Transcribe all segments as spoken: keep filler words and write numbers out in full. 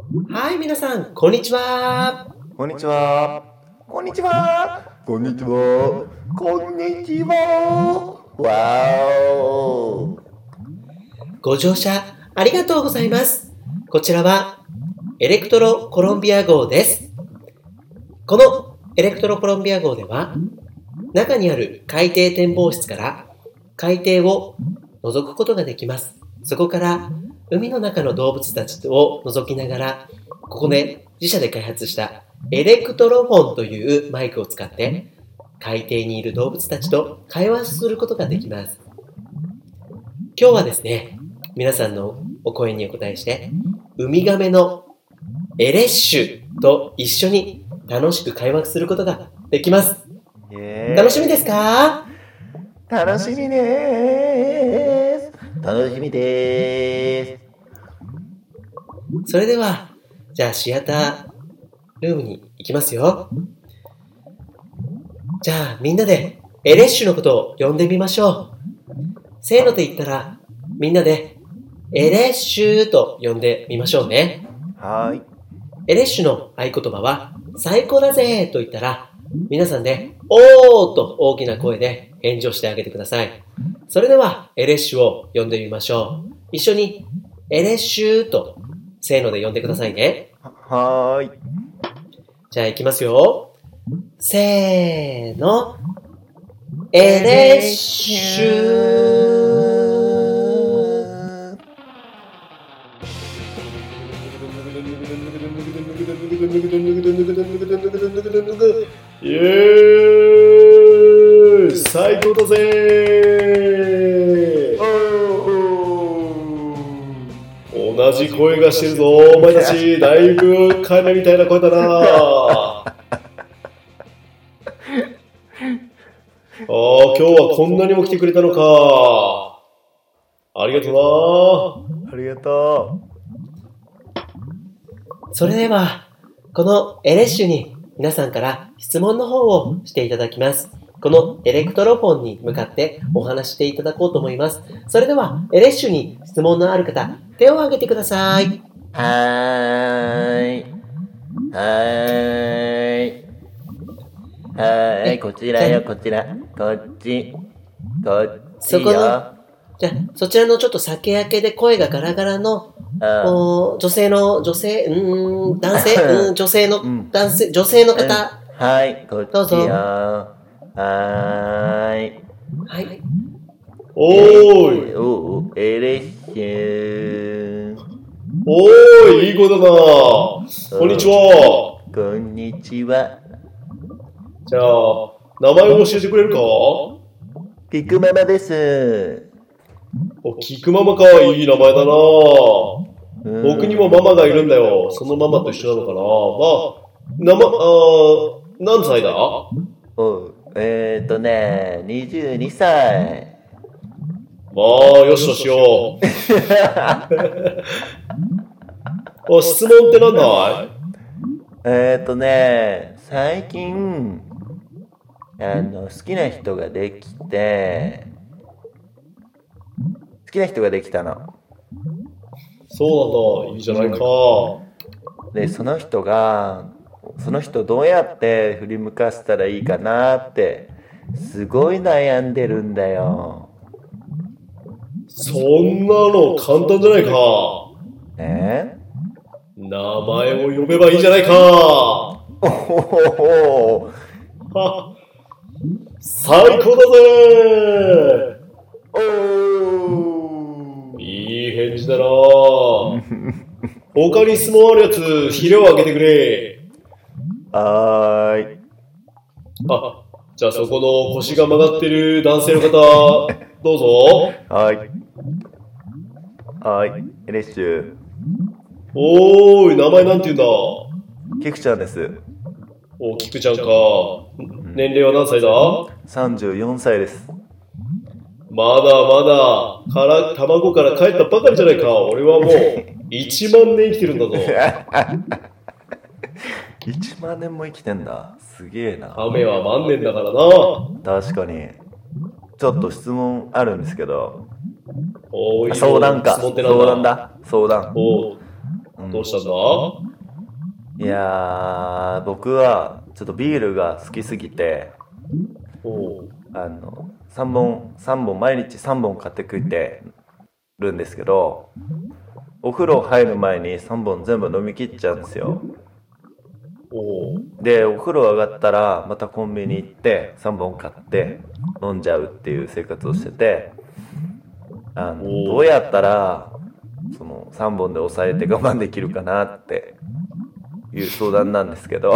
はい、皆さん、こんにちは。 こんにちは。こんにちは。こんにちは。こんにちは。わお。 ご乗車ありがとうございます。こちらはエレクトロコロンビア号です。このエレクトロコロンビア号では、中にある海底展望室から海底を覗くことができます。そこから海の中の動物たちを覗きながら、ここで自社で開発したエレクトロフォンというマイクを使って海底にいる動物たちと会話することができます。今日はですね、皆さんのお声にお答えしてウミガメのエレッシュと一緒に楽しく会話することができます。楽しみですか？ 楽しみです。楽しみです。 それでは、じゃあシアタールームに行きますよ。じゃあみんなでエレッシュのことを呼んでみましょう。せーのと言ったらみんなでエレッシュと呼んでみましょうね。 はい。 エレッシュの合言葉は最高だぜと言ったら皆さんでおーと大きな声で返事をしてあげてください。それではエレッシュを呼んでみましょう。一緒にエレッシュとせーので呼んでくださいね。 はーい。 じゃあ行きますよ。せーの。エレッシュ。イエーイ、最高だぜ。同じ声がしてるぞ、お前たち。だいぶ彼みたいな声だな。ああ、今日はこんなにも来てくれたのか。ありがとうな。ありがとう。それでは、このエレッシュに皆さんから質問の方をしていただきます。このエレクトロフォンに向かってお話していただこうと思います。それでは、エレッシュに質問のある方、手を挙げてください。 はーい。はーい。はーい。こちらよ、こちら。こっち。こっちよ。 そこのじゃあ、そちらのちょっと酒焼けで声がガラガラの、お女性の、女性、うーん、男性、うん、女性の、男性、女性の方。うん、 はい、こっちよ。 どうぞ。 はーい。 はい。 おーい。おー、エレッシュ。 おーい、いい子だな。こんにちは。 こんにちは。 じゃあ、名前を教えてくれるか？ キクママです。 お、キクママか、いい名前だな。僕にもママがいるんだよ。そのママと一緒なのかな。まあ、なま、あ何歳だ？ おえーとね、にじゅうにさい。 まあ、よしとしよう。お、質問ってなんだい？ えーとね、最近、あの、好きな人ができて、好きな人ができたの。 そうなんだ、いいじゃないか。 で、その人が、その人どうやって振り向かせたらいいかなって、すごい悩んでるんだよ。 そんなの簡単じゃないか。 え？ 名前を呼べばいいじゃないか。 おほほほ。 は、最高だぜ。 おー。 いい返事だな。他に質問あるやつ、ヒレをあげてくれ。 はーい。 あ、じゃあそこの腰が曲がってる男性の方、どうぞ。 はい。はい、エレッシュ。 おーい、名前なんて言うんだ？ キクちゃんです。 お、キクちゃんか。年齢は何歳だ？ さんじゅうよんさいです。 まだまだから卵から帰ったばかりじゃないか。俺はもういちまんねん生きてるんだぞ。 いちまんねんも生きてんだ。すげえな。 雨は万年だからな。 確かに。ちょっと質問あるんですけど。 おーいいよ。 相談か。 質問ってなんだ？ 相談だ。相談。 おう。 うーどうしたんだ？ いやー、僕はちょっとビールが好きすぎて、 おうあのさんぼんさんぼん毎日さんぼん買ってくってるんですけど、お風呂入る前にさんぼん全部飲み切っちゃうんですよ。 おうでお風呂上がったらまたコンビニ行ってさんぼん買って飲んじゃうっていう生活をしてて、あのおうどうやったらそのさんぼんで抑えて我慢できるかなっていう相談なんですけど。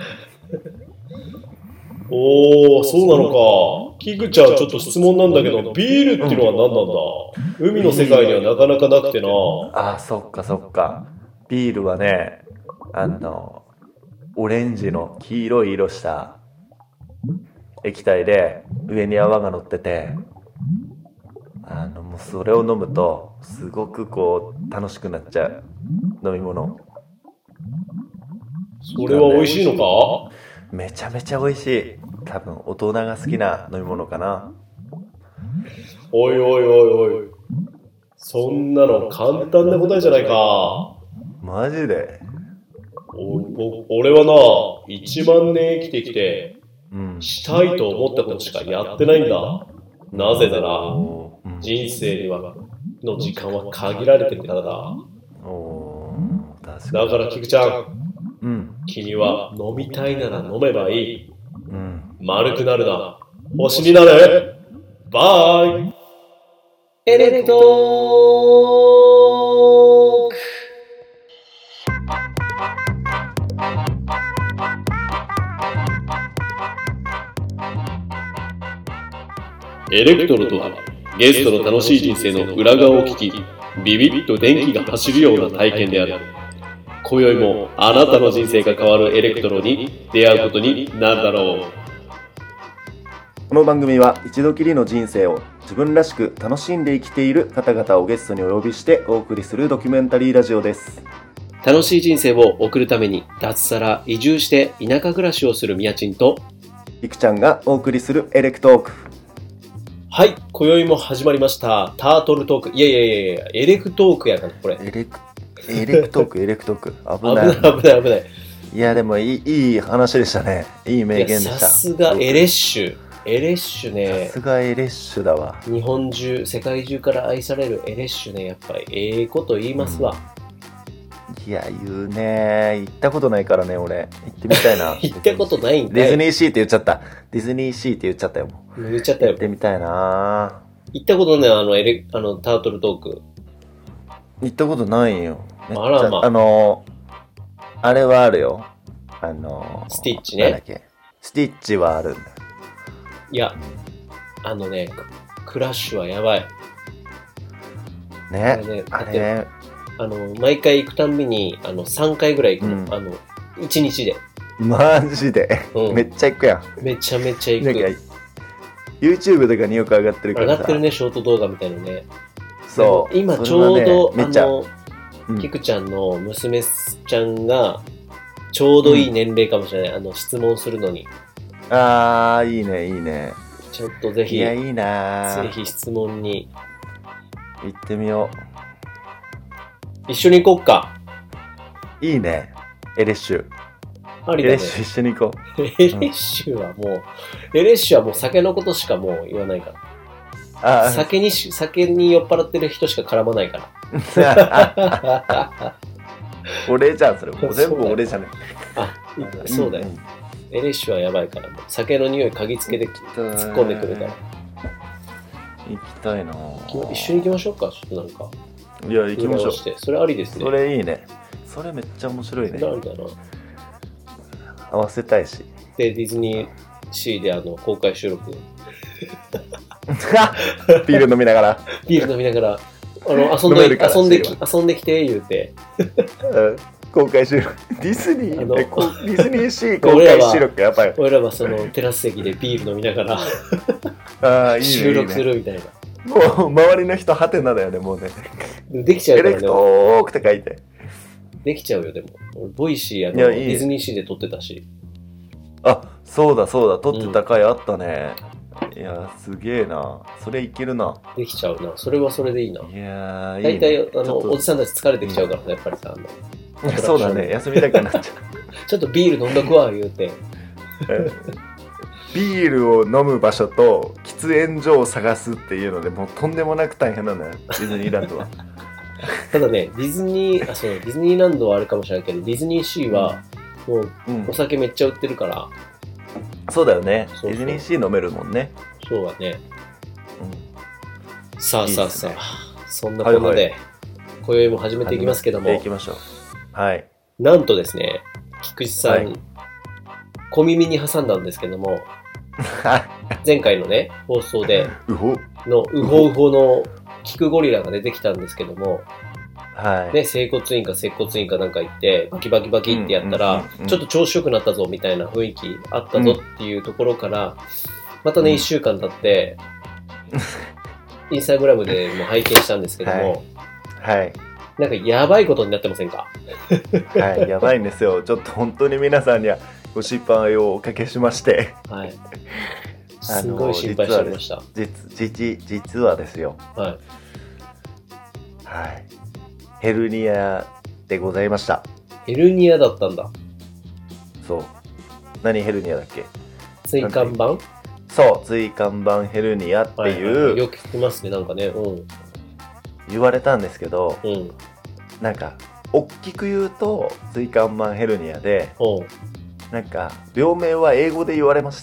おー、そうなのか。キクちゃん、ちょっと質問なんだけど、ビールっていうのは何なんだ？海の世界にはなかなかなくてな。 あーそっかそっか。ビールはね、あのオレンジの黄色い色した液体で上に泡が乗ってて、あのもうそれを飲むとすごくこう楽しくなっちゃう飲み物。 それは美味しいのか？ めちゃめちゃ美味しい。多分大人が好きな飲み物かな。 おいおいおいおい。そんなの簡単な答えじゃないか。 マジで？ おお俺はな、いちまんねん生きてきて、 うんしたいと思ったことしかやってないんだ。なぜなら、 おーうん人生にはの時間は限られてるからだ。 おー確かに。 だからキクちゃん、 うん君は飲みたいなら飲めばいい。 うん丸くなるな。星になれ。バイ。エレクトーク。エレクトロとは、ゲストの楽しい人生の裏側を聞き、ビビッと電気が走るような体験である。今宵もあなたの人生が変わるエレクトロに出会うことになるだろう。 この番組は一度きりの人生を自分らしく楽しんで生きている方々をゲストにお呼びしてお送りするドキュメンタリーラジオです。 楽しい人生を送るために脱サラ移住して田舎暮らしをするみやちんと、 いくちゃんがお送りするエレクトーク。 はい、今宵も始まりましたタートルトーク。いやいやいやいや、エレクトークやからこれ。 エレクエレクトークエレクトーク危危なないい危ない危ない。 いやでもいいいい話でしたね。いい名言でした。 いやさすがエレッシュ。エレッシュね。 さすがエレッシュだわ。 日本中、世界中から愛されるエレッシュね。やっぱりええこと言いますわ。 いや言うね。行ったことないからね俺。行ってみたいな。 行ったことないんかい。 ディズニーシーって言っちゃった。ディズニーシーって言っちゃったよ。もう言っちゃったよ行っ。てみたいな。 行ったことないあのエレあのタートルトーク。 行ったことないよ。めっちゃあらまあのあれはあるよ。あのスティッチね。 なんだっけ。スティッチはあるんだよ。 いや、あのね、ククラッシュはやばい。 ね。 あれねあれあの毎回行くたんびにあのさんかいぐらい行くの。 うんあのいちにちで。 マジで、 うんめっちゃ行くやん。 めちゃめちゃ行なんかく。 YouTube とかによく上がってるからさ。 上がってるね、ショート動画みたいなね。 そう。 でも今ちそれはねょうど、 めっちゃあの、 うんキクちゃんの娘ちゃんがちょうどいい年齢かもしれない。あの質問するのに。 あーいいねいいね。 ちょっとぜひ、 いやいいなぜひ質問に行ってみよ一緒に行こっか。 う。いいね。エレッシュ。 ありだねエレッ。シュ一緒に行こエレッシュはもう、エレッシュはもう酒のことしかもう言わないから。 う。あ酒にし、酒に酔っ払ってる人しか絡まないから。 俺じゃんそれ。もう全部俺じゃねあ、そうだよ。エレッシュはやばいから、もう酒の匂い嗅ぎつけて突っ込んでくるから。 行きたいな一緒に行きましょうか、ちょっとなんか。 いや行きましょう。 してそれありですね。 それいいね。それめっちゃ面白いね。 それありだな。 合わせたいし。 で、ディズニーシーであの公開収録。 ビール飲みながら。 ビール飲みながら、あの遊んで、 飲めるから遊んでき、 シ遊んできて、言うて。 うん公開収録。ディズニあのーえこディズニーシー公開収録やばい。 俺らはそのテラス席でビール飲みながらああいいね。 収録すいいねるみたいな。 もう周りの人ハテナだよねもうね。 できちゃうからね。 エレクトークって書いて。 できちゃうよ、でも。俺ボイシーあのいやいいディズニーシーで撮ってたし。 あそうだそうだ撮ってた回あったね。いやすげえな。それいけるな。 できちゃうな。それはそれでいいな。 いやーいいね。 大体、あの、 ちょっとおじさんたち疲れてきちゃうからね、やっぱりさ、あの、 そうだね、休みたくなっちゃう。 ちょっとビール飲んどくわ言うて。 ビールを飲む場所と喫煙所を探すっていうのでもうとんでもなく大変なんだよ、ディズニーランドは。 ただね、ディズニー、あ、そう、ディズニーランドはあるかもしれないけど、ディズニーシーはもううんお酒めっちゃ売ってるから、 そうだよね。 そうそうディズニーシー飲めるもんね。 そうだね。 うんさあさあさあ、 いいですねそんなことで、 はいはい今宵も始めていきますけども、 始めていきましょう。はい。 なんとですね、菊池さん、 はい小耳に挟んだんですけども、前回のね、放送でうほ。 のウホウホの菊ゴリラが出てきたんですけども、 はい。 ね、整骨院か接骨院かなんか行ってバキバキバキってやったら、 うんうんうんうんちょっと調子良くなったぞみたいな雰囲気あったぞっていうところから、またね、 うんいっしゅうかん経ってインスタグラムでも拝見したんですけども、 はい。 なんかやばいことになってませんか？ はい。やばいんですよ。ちょっと本当に皆さんにはご心配をおかけしまして。 はい。 あのすごい心配しておりました。 実、実、実はですよ。 はい。 はい。ヘルニアでございました。 ヘルニアだったんだ。 そう。何ヘルニアだっけ？ 椎間板そう。椎間板ヘルニアってはいはいはい、 いうよく聞きますね、なんかね。うん。 言われたんですけど、 うん。 なんか、大きく言うと椎間板ヘルニアで、 おうなんか、病名は英語で言われまして、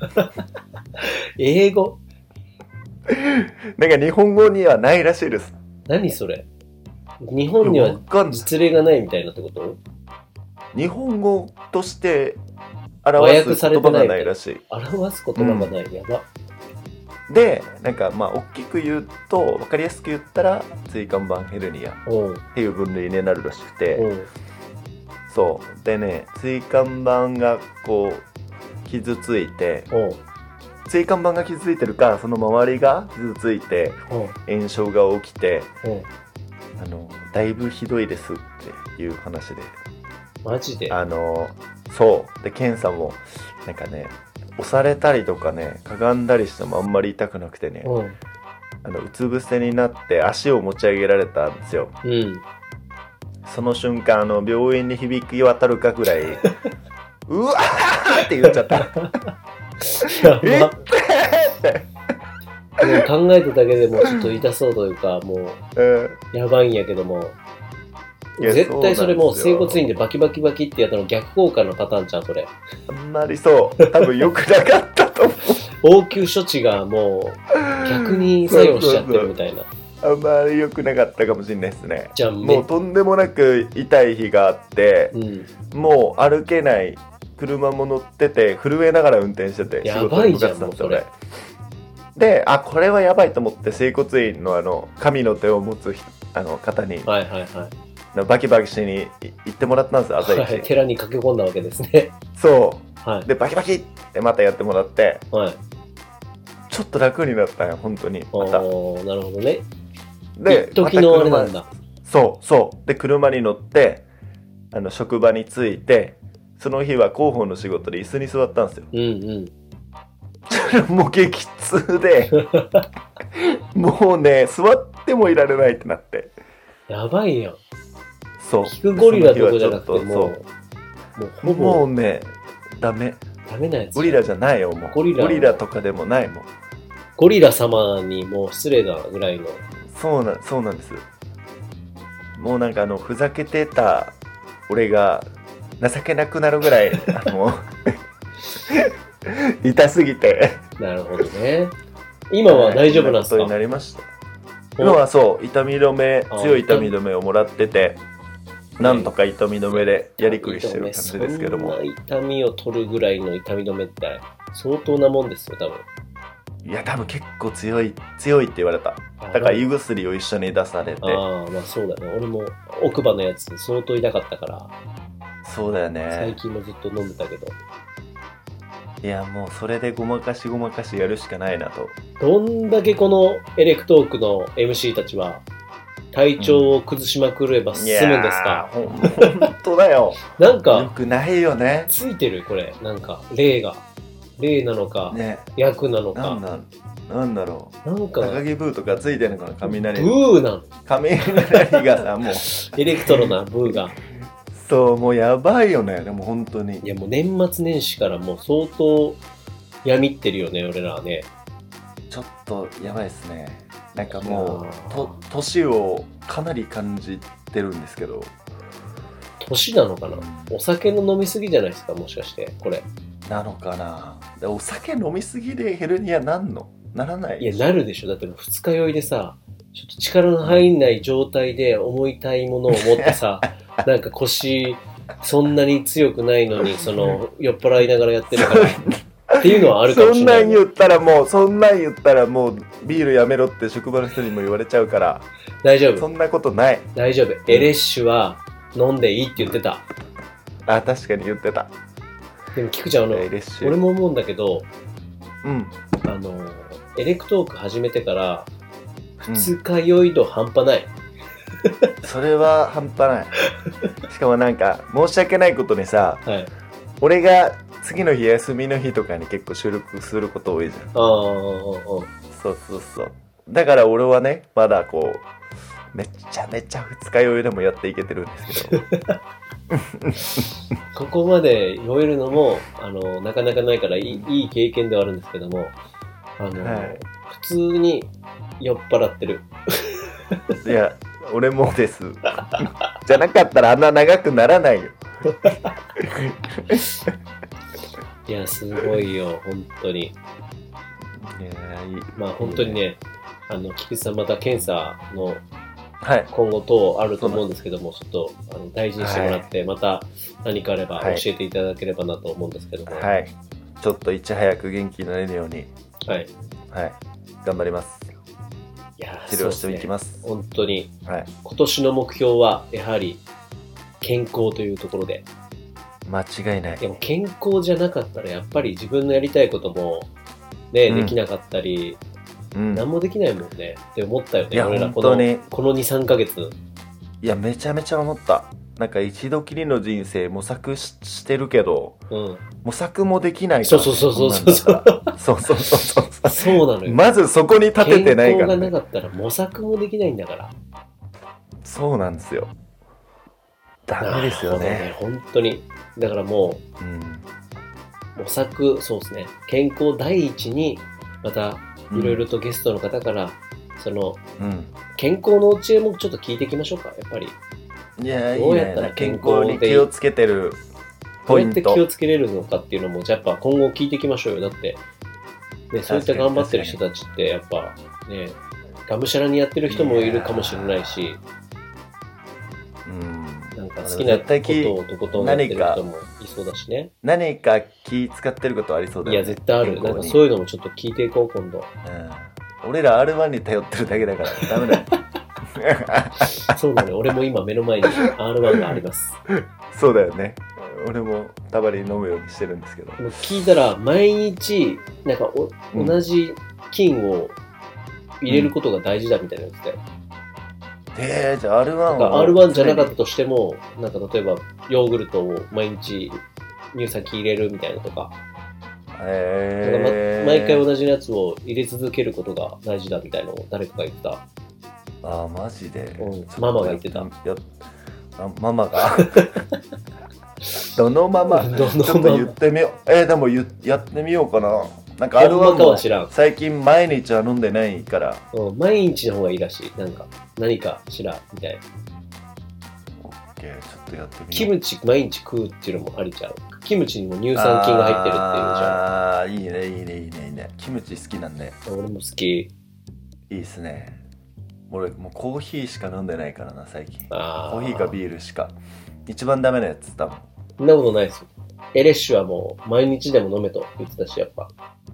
英語なんか日本語にはないらしいです。 何それ？日本にはわかんない実例がないみたいなってこと？ 日本語として和表訳されす言葉がてないみたいなないらしい。 表す言葉がない。やば。 で、なんかまあ大きく言うと、わかりやすく言ったら椎間板ヘルニアっうん。 ていう分類になるらしくて、 うん。 そうでね、椎間板がこう傷ついて、 うん。 椎間板が傷ついてるか、その周りが傷ついてうん。 炎症が起きて、 うん。 あのだいぶひどいですっていう話で、 マジで？ あのそうで検査もなんかね、押されたりとかね、かがんだりしてもあんまり痛くなくてね、 うん。 あのうつ伏せになって足を持ち上げられたんですよ。 うん。 その瞬間、あの病院に響き渡るかぐらい、うわーって言っちゃった。 やえっば。 って、 もう考えただけでもちょっと痛そうというか、もうんうやばいんやけども、 いや絶対それもう整そうなんですよ骨院でバキバキバキってやったの逆効果のパターンじゃん、それ。 あんまりそう多分良くなかったと思う。 応急処置がもう逆に作用しちゃってるみたいな。 あんまり良くなかったかもしれないですね。 じゃあもうとんでもなく痛い日があって、 うん。 もう歩けない、車も乗ってて震えながら運転してて仕事に向かってたんですよね。で、あ、これはやばいと思って整骨院のあの神の手を持つあの方にはいはいはい。 バキバキしに行ってもらったんですよ、朝一。 はい、寺に駆け込んだわけですね。 そはうでバキバキってまたやってもらって、 い。はい。 ちょっと楽になったよ本当にまた。 おー、なるほどね。 で、 一時のあれなんだ。 そうそうで車に乗ってあの職場に着いて、その日は広報の仕事で椅子に座ったんですよ。 うんうん。 もう激痛でもうね座ってもいられないってなって、 やばいやん。 そう聞くゴリラとかじゃなくてもう、 その日はちょっもうとそうもほぼうねダメ、 ダメなやつ。 ゴリラじゃないよもうゴリラゴリラとかでもないもん。 ゴリラ様にもう失礼なぐらいの。 そうなそうなんです。もうなんかあのふざけてた俺が情けなくなるぐらいあの痛すぎてなるほどね。今は大丈夫なんですこんなことになか？ りました。今はそう痛み止め、 あ強い痛み止めをもらってて、なんとか痛み止めでやりくりしてる感じですけども。 そんな痛みを取るぐらいの痛み止めって相当なもんですよ、多分。 いや多分結構強い強いって言われた。だから胃薬を一緒に出されて。 ああ、まあそうだね。俺も奥歯のやつ相当痛かったから、 そうだよ最ね。 近もずっと飲んでたけど。 いやもうそれでごまかしごまかしやるしかないなと。 どんだけこのエレクトークの エムシー たちは体調を崩しまくれば済むんですか？ いやーほん本当だよ。よなんかくないよね。 ついてるこれ。なんか霊が。霊なのか、 ね。 役なのか。 なんだなんだろう。 なんか、 高木ブーとかついてるのかな、雷。 ブーなの。 雷がさもうエレクトロなブーが。 そうもうやばいよね。でも本当にいやもう年末年始からもう相当闇ってるよね、俺らはね。 ちょっとやばいですね。なんかもいうやーと年をかなり感じてるんですけど、 年なのかな。お酒の飲みすぎじゃないですか、もしかしてこれ。 なのかな。でお酒飲みすぎでヘルニアなんの？ならない？ いや、なるでしょ。だってもう二日酔いでさ、ちょっと力の入んない状態で重いたいものを持ってさ、なんか腰、そんなに強くないのに、その、酔っ払いながらやってるから、っていうのはあるかもしれない。 そんなん言ったらもう、そんなん言ったらもう、ビールやめろって職場の人にも言われちゃうから、 大丈夫。 そんなことない。 大丈夫。エレッシュは飲んでいいって言ってた。 あ、確かに言ってた。 でも、菊ちゃん、あの、 エレッシュ俺も思うんだけど、 うん。 あの、エレクトーク始めてから、二日酔い度半端ない。 それは半端ない。しかもなんか、申し訳ないことにさ、 はい。 俺が次の日休みの日とかに結構収録すること多いじゃん。 ああ、 そうそうそう。だから俺はね、まだこう、めちゃめちゃ二日酔いでもやっていけてるんですけど。 ここまで酔えるのも、あの、なかなかないからいい、いい経験ではあるんですけども、あの、 はい、 普通に酔っ払ってる。 いや、俺もです。じゃなかったらあんな長くならないよ。 いや、すごいよ、本当に。 いやいいまあ本当にね、あの、菊池さんまた検査のはい今後等あると思うんですけども、ちょっとあの大事にしてもらって、はい、また何かあれば教えていただければなと思うんですけども。 はい。ちょっといち早く元気になれるように、 はい。 はい。頑張ります。 いや治療していきます。 本当に、 はい、今年の目標はやはり健康というところで。 間違いない。 でも健康じゃなかったらやっぱり自分のやりたいこともね、うん、できなかったり、うん、何もできないもんねって思ったよね。俺らこのこのに、さんかげつ。 いやめちゃめちゃ思った。なんか一度きりの人生模索 し, してるけど、うん、模索もできないから、ね、 そうそうそうそうそうそうそうそうそうそうなのよ。 まずそこに立ててないから、ね、 健康がなかったら模索もできないんだから。 そうなんですよ。ダメですよね。 ね本当に。だからもう、うん、模索、そうですね。健康第一にまたいろいろとゲストの方から、うん、その、うん、健康の知恵もちょっと聞いていきましょうか。やっぱり。 いやどうやったら健康に気をつけてるポイント。 どうやって気をつけれるのかっていうのも、じゃあやっぱ今後聞いていきましょうよ。だって、ね、そういった頑張ってる人たちってやっぱね、がむしゃらにやってる人もいるかもしれないし、うん、なんか好きなことをとことんやってる人もいそうだしね。 何か気使ってることありそうだよね。 いや絶対ある。なんかそういうのもちょっと聞いていこう今度。 うん、俺ら アールワン に頼ってるだけだからダメだよ。 そうだね。俺も今目の前に アールワン があります。 そうだよね。俺もたまに飲むようにしてるんですけど。 聞いたら毎日なんかお、うん、同じ菌を入れることが大事だみたいなやつで。うん、 えー、じゃあ アールワンは アールワン じゃなかったとしても、なんか例えばヨーグルトを毎日乳酸菌入れるみたいなとか。 えー、 ま、毎回同じやつを入れ続けることが大事だみたいなのを誰かが言ってた。 ああマジで、 うん、ママが言ってた。 やあママがどのママどのママちょっと言ってみよう。えー、でもやってみようかな。なんか アールワン も最近毎日は飲んでないから、 うん、毎日の方がいいらしい。なんか何かしらみたいな。 オッケー、ちょっとやってみよう。 キムチ毎日食うっていうのもありちゃう。キムチにも乳酸菌が入ってるっていうじゃん。 ああいいねいいねいいねいいね。キムチ好きなんで。 俺も好き。いいっすね。俺もうコーヒーしか飲んでないからな最近。あコーヒーかビールしか。一番ダメなやつ多分。 そんなことないですよ。エレッシュはもう毎日でも飲めと言ってたしやっぱ。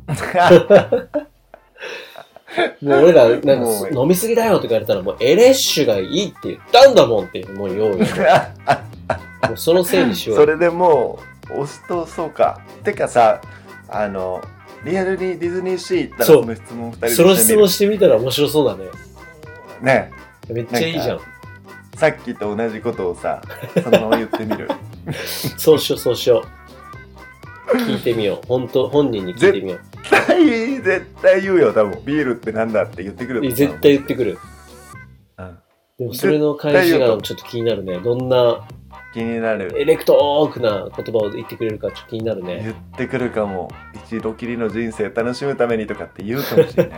もう俺らなんか飲みすぎだよって言われたらもうエレッシュがいいって言ったんだもんってもう言おうよ。もうそのせいにしよう。 それでもう押し通そうか。てかさあのリアルにディズニーシー行ったらその質問ふたりでしてみる。 その質問してみたら面白そうだね。 ねめっちゃいいじゃん。 さっきと同じことをさそのまま言ってみる。 そうしようそうしよう。聞いてみよう。本当本人に聞いてみよう。 絶対絶対言うよ多分。ビールってなんだって言ってくる。 絶対言ってくる。うん、でもそれの返しがちょっと気になるね。どんな気になる。 エレクトークな言葉を言ってくれるかちょっと気になるね。 言ってくるかも。一度きりの人生楽しむためにとかって言うかもしれない。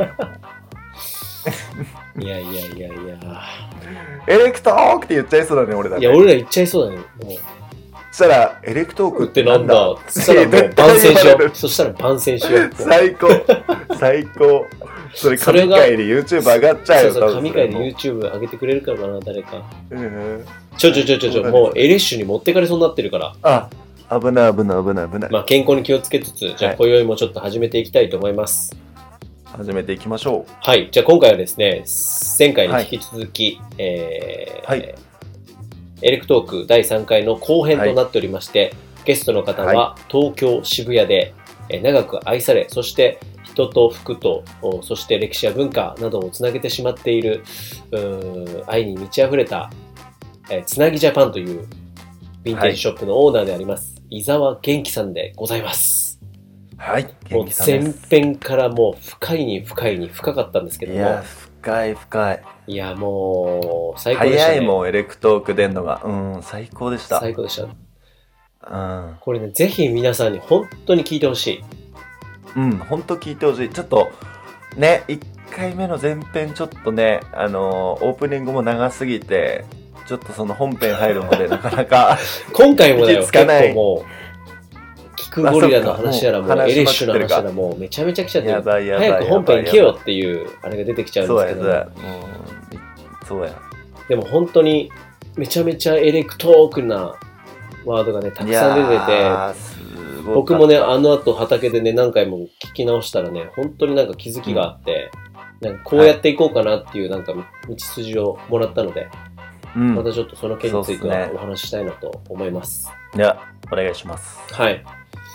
いやいやいやいや。 エレクトークって言っちゃいそうだね、俺だね。 いや、俺ら言っちゃいそうだね。もうそしたら、エレクトークっっててなんんなだだ。そしたらもう番宣しよう。そしたら番宣しよう。 最高。最高。それ、神回で YouTube 上がっちゃうよ。 そうそう、神回で多分 YouTube 上げてくれるからかな、誰か。 うんちょちょちょちょちょ、もうエレッシュに持ってかれそうになってるから。 あ、危ない危ない危ない危ない。 まあ健康に気をつけつつ、じゃあはい今宵もちょっと始めていきたいと思います。 始めていきましょう。 はい。じゃあ今回はですね、前回に引き続き、えーはいエレクトークだいさんかいの後編となっておりまして、ゲストの方はは東京渋谷でえー長く愛され、そして人と服と、おそして歴史や文化などをつなげてしまっている、うー愛に満ち溢れた、えーつなぎジャパンというヴィンテージショップのオーナーであります、伊沢元気さんでございます。 はい。 もう元気さんで前す編からもう深いに深いに深かったんですけども、 いや、深い深い。 いやもう最高でしたね。 早いもん、エレクトーク出んのが。うん、最高でした。 最高でした。 うん。 これね、ぜひ皆さんに本当に聞いてほしい。 うん、ほんと聞いてほしい。ちょっと、ね、いっかいめの前編ちょっとね、あのーオープニングも長すぎて、ちょっとその本編入るまでなかなか、 今回もだよ、結息つかない構もう、キクゴリラの話やらもう、 あそっかもうエレッシュの話や話しまくってるからもうめちゃめちゃ来ちゃってやる。 ばいやばい早く本編行けよっていう、あれが出てきちゃうんそうや、 ですけど、 そうや。うん、そうや。 でも本当にめちゃめちゃエレクトークなワードがね、たくさん出てて、 やーすごかった僕もね、あの後畑でね、何回も聞き直したらね、本当になんか気づきがあって、なんかこうやっていこうかなっていうなんか道筋をもらったので、 うん、 またちょっとその件についてそうっすねはお話ししたいなと思います。 いや、お願いします。 はい。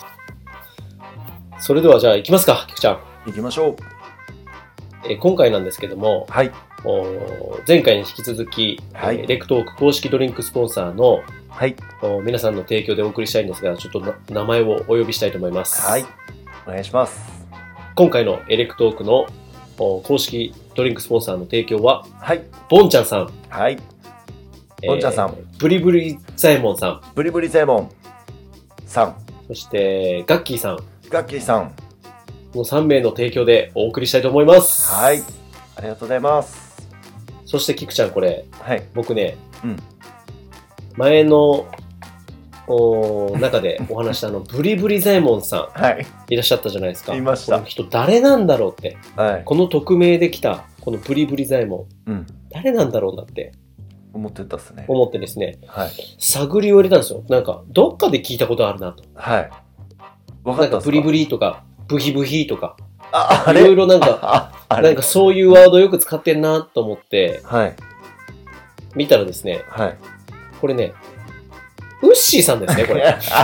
それではじゃあ行きますか、キクちゃん。 行きましょう。 えー今回なんですけども、 はい。 おー前回に引き続き、 はいえーレクトーク公式ドリンクスポンサーのはい。 お皆さんの提供でお送りしたいんですが、ちょっとな名前をお呼びしたいと思います。 はい。お願いします。 今回のエレクトークのお公式ドリンクスポンサーの提供は、 はい。 ボンちゃんさん、 はい。ボンちゃんさんえーブリブリザエモンさん、 ブリブリゼモンさん、 そしてガッキーさんガッキーさん。 のさん名の提供でお送りしたいと思います。 はい。ありがとうございます。 そしてキクちゃん、これ、 はい。 僕ね、 うん。 前のお中でお話したあのブリブリザエモンさはい。 んいらっしゃったじゃないですか。 いましたこの人誰なんだろうって、 はい。 この匿名で来たこのブリブリザエモンうん。 誰なんだろうなって思ってたっすね。 思ってですね、 はい。 探りを入れたんですよ。なんかどっかで聞いたことあるなと。 はい。わかなんかったっすかブリブリとかブヒブヒとかあ、あいれろいろなんかあ、あれなんかそういうワードよく使ってんなと思ってはい。 見たらですね、 はい。 これね、ウッシーさんですね、これ。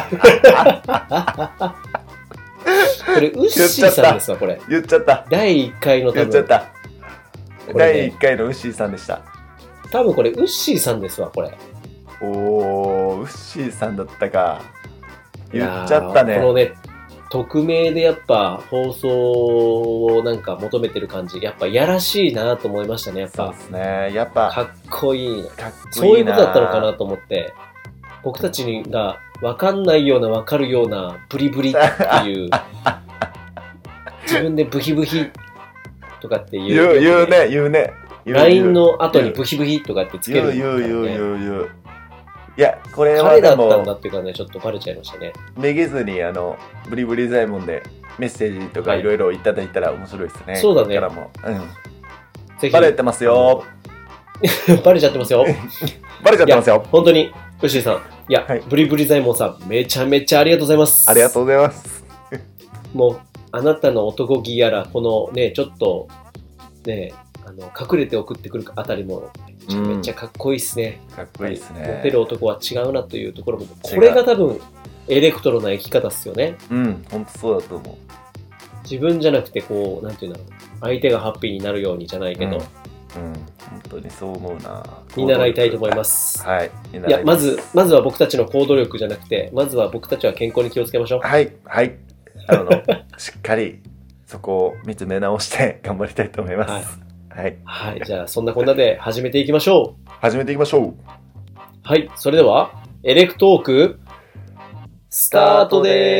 これ、ウッシーさんですわ、これ。 言っちゃった。 だいいっかいの多分、 言っちゃった。 これねだいいっかいのウッシーさんでした。 多分これ、ウッシーさんですわ、これ。 おー、ウッシーさんだったか。言いやーっちゃったね。 このね、匿名でやっぱ放送をなんか求めてる感じ、やっぱやらしいなと思いましたね、やっぱそうで。すね。やっぱ、 かっこいいな。 かっこいいな。 そういうことだったのかなと思って、僕たちが分かんないような分かるようなブリブリっていう、自分でブヒブヒとかっていう。 言う、言うね、言うね。言うライン の後に言うブヒブヒとかってつける言う、言う、言う、 う。 言う、言う。いや、これは彼だでったんだも、 っていうかね、ちょっとバレちゃいましたね。 めげずに、あの、ブリブリザイモンでメッセージとかはいいろいろいただいたら面白いですね。 そうだねこれからも。うん。 ぜひ。 バレてますよ。 バレちゃってますよ。 バレちゃってますよ。 本当に、ウッシーさん。いや、 はいブリブリザイモンさん、めちゃめちゃありがとうございます。 ありがとうございます。 もう、あなたの男気やら、このね、ちょっと、ね、あの隠れて送ってくるあたりも、めちゃめちゃかっこいいっすね。 かっこいいですモね。 テる男は違うなというところも、 違うこれが多分、エレクトロな生き方っすよね。 うん、ほんとそうだと思う。 自分じゃなくて、こう、なんていうんだろう。相手がハッピーになるようにじゃないけど、 うん、うん、本当にそう思うな。 見習いたいと思います。 はい。見習いや、まず、まずは僕たちの行動力じゃなくて、まずは僕たちは健康に気をつけましょう。 はい、はい。あの、しっかりそこを見つめ直して頑張りたいと思います。はい。 はい、じゃあそんなこんなで始めていきましょう。 始めていきましょう。 はい、それでは、 エレクトークスタート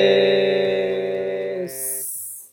でーす。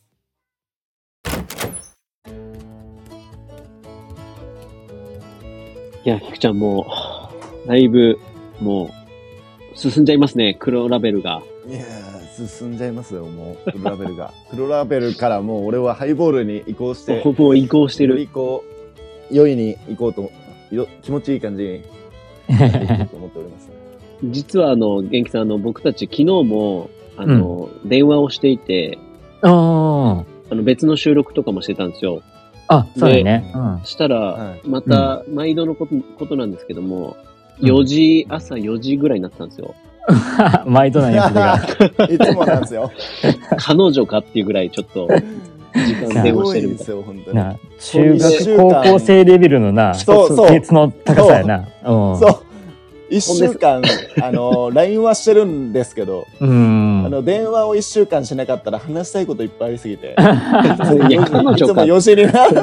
いや、菊ちゃんもう、だいぶ、もう、進んじゃいますね、黒ラベルが。 いやー、進んじゃいますよ、もう、黒ラベルが。黒ラベルからもう俺はハイボールに移行して、 もう移行してる。 よりこう、良いに行こうと、よ気持ちいい感じにやっていこうと思っております。 実はあの、元気さん、あの、僕たち昨日も、あの、うん、電話をしていて、 ああの、別の収録とかもしてたんですよ。 あ、そうだね。 うん、したら、また、毎度のこと、ことなんですけども、よじ、うん、朝よじぐらいになってたんですよ。 毎度なんやつが。 いつもなんですよ。 彼女かっていうぐらいちょっと、時間電話してるんですよ、本当に。 な、中学、高校生レベルのな、 そうそう。 熱の高さやな。 そう。そう一週間、あの、ライン はしてるんですけど、うん、あの、電話を一週間しなかったら話したいこといっぱいありすぎて、いつもよじになる。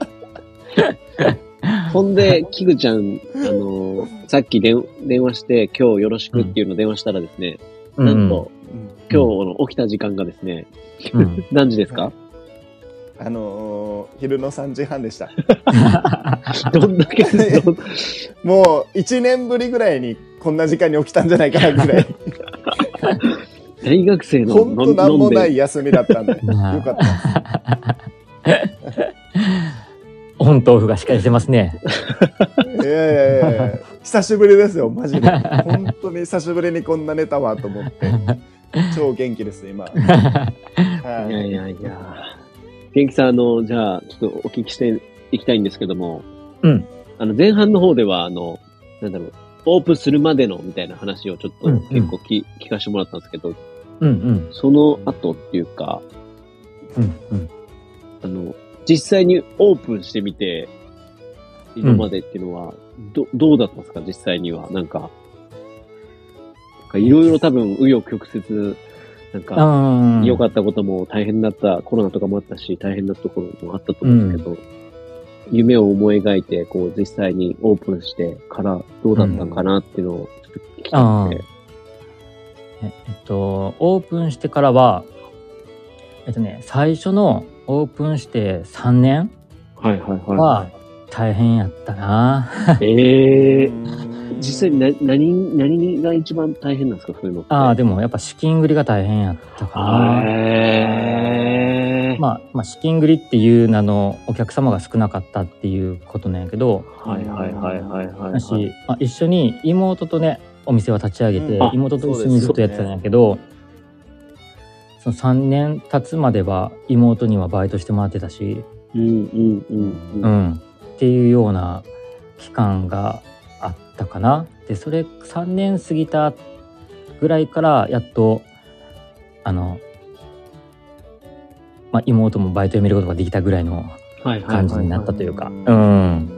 ほんで、キグちゃん、あのー、さっき電話して、今日よろしくっていうのを電話したらですね、うん、なんと、うん、今日の起きた時間がですね、うん、何時ですか？ あのー、昼のさんじはんでした。 どんだけもういちねんぶりぐらいにこんな時間に起きたんじゃないかなぐらい。 大学生のほんとなんもない休みだったんで、よかったです。 オンとオフがしっかりしてますね。 いやいやいや久しぶりですよ、マジで。本当に久しぶりにこんな寝たわと思って。超元気です、今。 はい、いやいやいや。元気さん、あの、じゃあ、ちょっとお聞きしていきたいんですけども、 うん。 あの、前半の方では、あの、なんだろう、オープンするまでのみたいな話をちょっと結構き、うんうん、聞かせてもらったんですけど、 うんうん。 その後っていうか、 うんうん。 あの、実際にオープンしてみて、今までっていうのは、ど、どうだったんですか、実際には。なんか、いろいろ多分、紆余曲折、なんか、良かったことも大変だった、コロナとかもあったし、大変なところもあったと思うんですけど、うん、夢を思い描いて、こう、実際にオープンしてからどうだったのかなっていうのをちょっと聞きたくて。 えっと、オープンしてからは、えっとね、最初のオープンしてさんねんはいはいはい。 は大変やったな。 ええー。実際に何、何が一番大変なんですか、そういうのって。 ああ、でもやっぱ資金繰りが大変やったかな。 へー。 まあ、まあ、資金繰りっていう名のお客様が少なかったっていうことなんやけど。 はいはいはいはいはい、はい。 し、まあ、一緒に妹とね、お店を立ち上げて、うん、妹と一緒にずっとやってたんやけど、そのさんねん経つまでは妹にはバイトしてもらってたし、 うんうんうんうん。 うん。っていうような期間があったかな。でそれさんねん過ぎたぐらいからやっとあの、まあ、妹もバイト辞めることができたぐらいの感じになったというか。うん。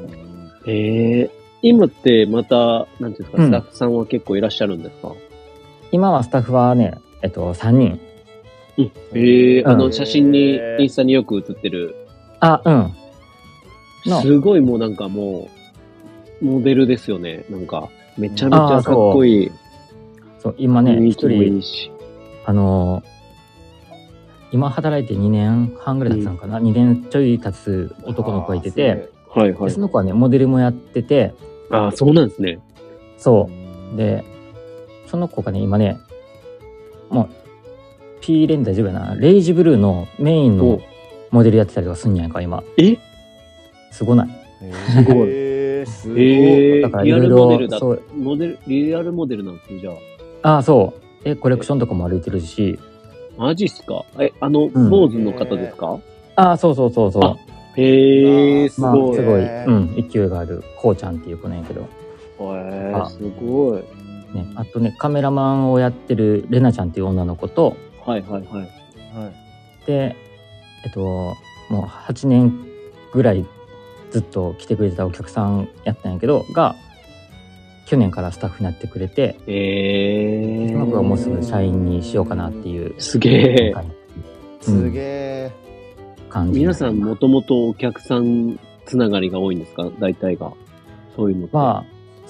へえ。今ってまたなんていうんですか、スタッフさんは結構いらっしゃるんですか？ 今はスタッフはね、えっとさんにん。 うん、ええー、あの写真にインスタによく写ってる。 あ、うん。 すごいもうなんかもうモデルですよね。なんかめちゃめちゃかっこいい。 そう、今ね一人あの今働いてにねんはんぐらい経つのかな、うん、にねんちょい経つ男の子がいてて、 はいはい、 その子はねモデルもやってて。 ああ、そうなんですね。 そうでその子がね今ねもう P レン大丈夫やな、レイジブルーのメインのモデルやってたりとかすんやんか今。 えすごない？ すごい。えー、だからいろいろリアルモデルだ。そうモデルリアルモデルなんですね、じゃあ。ああ、そうえコレクションとかも歩いてるし。 マジっすか？え、あの坊主の方ですか？うん、 ああ、そうそうそうそう。 へえ、すごい、 まあ、すごい、うん、勢いがあるこうちゃんっていう子なんやけど。 へえ、すごい。 ね、あとねカメラマンをやってるレナちゃんっていう女の子と、 はいはいはい。はい、 で、えっともうはちねんぐらいずっと来てくれてたお客さんやったんやけどが去年からスタッフになってくれて、 えー、 その子がもうすぐ社員にしようかなっていう。 すげえ、 すげえ感じ。 皆さんもともとお客さんつながりが多いんですか？大体がそういうのって。 まあ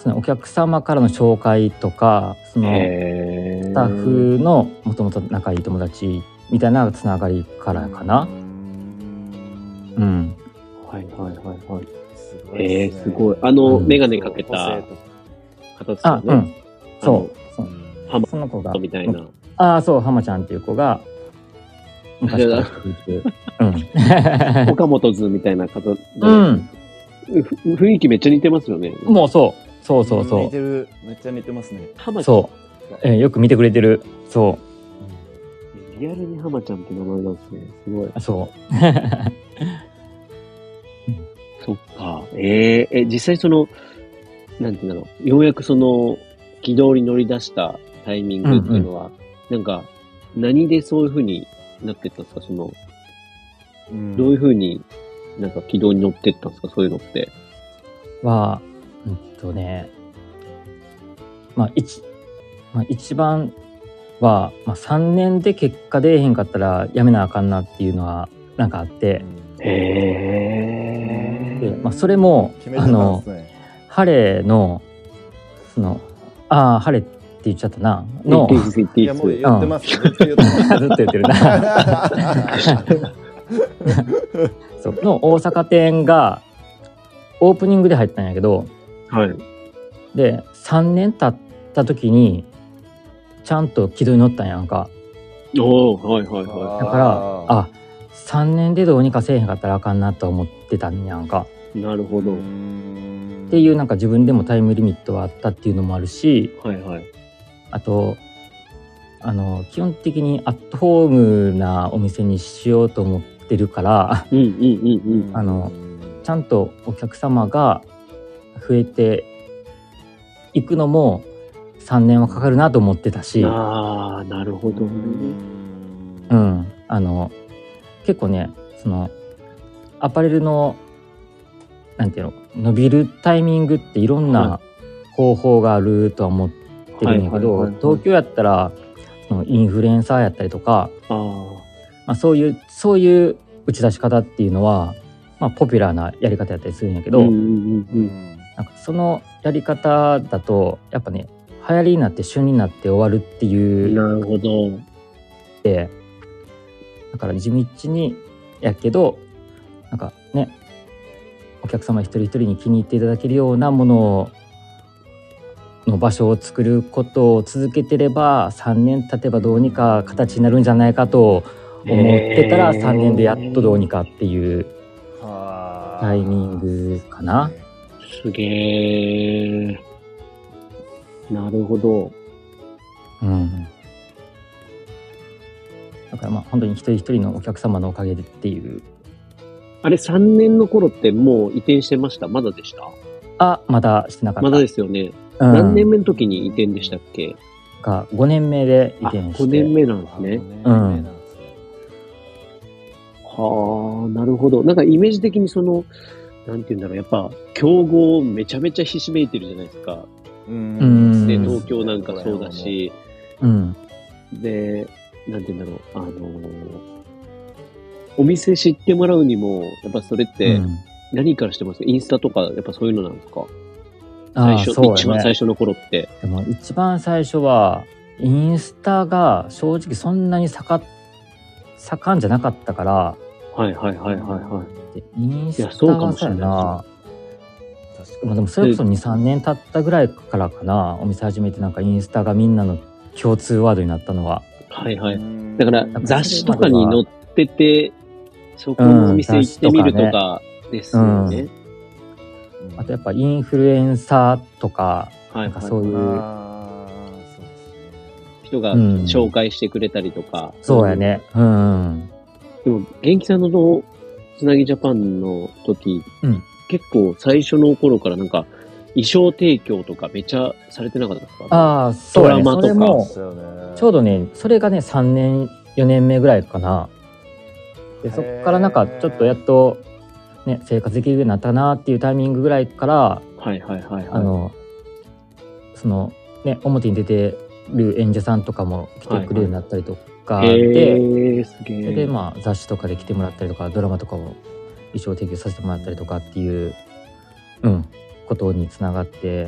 そのお客様からの紹介とか、そのへースタッフのもともと仲いい友達みたいなつながりからかな。うん。 はいはいはいはい。 すえー、すごい。あの、 うんメガネかけた方ですよあ、うね。 ん。そう。そうハマその子がみたいな。 ああ、そう、浜ちゃんっていう子が昔から知ってる。うん。 岡本図みたいな方で、 うん。 ふ雰囲気めっちゃ似てますよね。 もうそう。そうそうそ似てる。めっちゃ似てますね。 う。 浜ちゃん。 そう。えーよく見てくれてる。そリアルに浜ちゃんって名前なんですね。すごい。 う。そう。 そっか。えー、え、実際その、なんていうんだろう。ようやくその、軌道に乗り出したタイミングっていうのは、なんか、何でそういう風になってったんですか？その、 うんどういう風になんか軌道に乗ってったんですか？そういうのって。 は、うんとね、まあ一、まあ一番は、まあさんねんで結果出えへんかったらやめなあかんなっていうのはなんかあって、 へで、まあそれも、 決めてたんですね。 ハレの、その、ああ、ハレって言っちゃったな、の、 言っていいです、言っていいやもういです。 言ってます。ずっと言ってます。 ずっと言ってるな。そうの大阪店がオープニングで入ったんやけど、 はい。 でさんねん経った時にちゃんと軌道に乗ったんやんか。 おー、はいはいはだからあさんねんでどうにかせえへんかったらあかんなと思ってたんやんかい。なるほど。 っていう、なんか自分でもタイムリミットはあったっていうのもあるし、 はいはい。 あとあの基本的にアットホームなお店にしようと思ってるからうんうんうんうん。 あのちゃんとお客様が増えていくのもさんねんはかかるなと思ってたし、 ああ、なるほどね。 うん、あの結構ね、そのアパレルのなんていうの、伸びるタイミングっていろんな方法があるとは思ってるんやけど、 はいはいはいはい東京やったらそのインフルエンサーやったりとか、 あまあ、そういうそういう打ち出し方っていうのは、まあ、ポピュラーなやり方やったりするんやけあ。 ど、 うんうんうんなんかそのやり方だとやっぱね、流行りになって旬になって終わるってうん。 いうなるほど。 で、だから地道にやけど、なんかね、お客様一人一人に気に入っていただけるようなものの場所を作ることを続けてれば、さんねん経てばどうにか形になるんじゃないかと思ってたら、 へーさんねんでやっとどうにかっていうはタイミングかな。 すげえ。なるほど。 うん。だからまあ本当に一人一人のお客様のおかげでっていう。 あれ、さんねんの頃ってもう移転してました？まだでした？ あ、まだしてなかった。 まだですよね。 うん、 何年目の時に移転でしたっけ？ かごねんめで移あ、 転して。 ごねんめなんですね。 うんはあ、なるほど。なんかイメージ的にその、なんて言うんだろう、やっぱ、競合めちゃめちゃひしめいてるじゃないですか。 うんで、 うん東京なんかそうだし、 うん。 で、なんて言うんだろう、あのーお店知ってもらうにも、やっぱそれってうん何からしてますか？インスタとか、やっぱそういうのなんですか？ ああ、 最初、 そうやね。 一番最初の頃って。 でも一番最初はインスタが正直そんなに盛盛んじゃなかったから、 はいはいはいはいはい。 でインスいやそうタがそうかもしれないやな。 確まあでもそれこそにさんねん経ったぐらいからかな、お店始めてなんかインスタがみんなの共通ワードになったのは。 はいはい。 にだから雑誌とかに載ってて、そこのお店行ってみるとかですよね。 あとやっぱインフルエンサーとか、 はいなんかそういう、 あーそうですね。 人がうん紹介してくれたりとか。 そうやね。うん。 でも、元気さんののつなぎジャパンの時、 うん結構最初の頃からなんか衣装提供とかめっちゃされてなかったですか？ ああ、そうやね。 ドラマとかそれもそうよねちょうどね、それがねさんねんよねんめぐらいかな。でそっからなんかちょっとやっとね生活できるようになったなっていうタイミングぐらいから、 はいはいはいはい。 あのそのね表に出てる演者さんとかも来てくれるようになったりとかへで、 ー、すげそれでえ。 まあ雑誌とかで来てもらったりとか、ドラマとかを衣装提供させてもらったりとかっていう、うん、ことにつながって、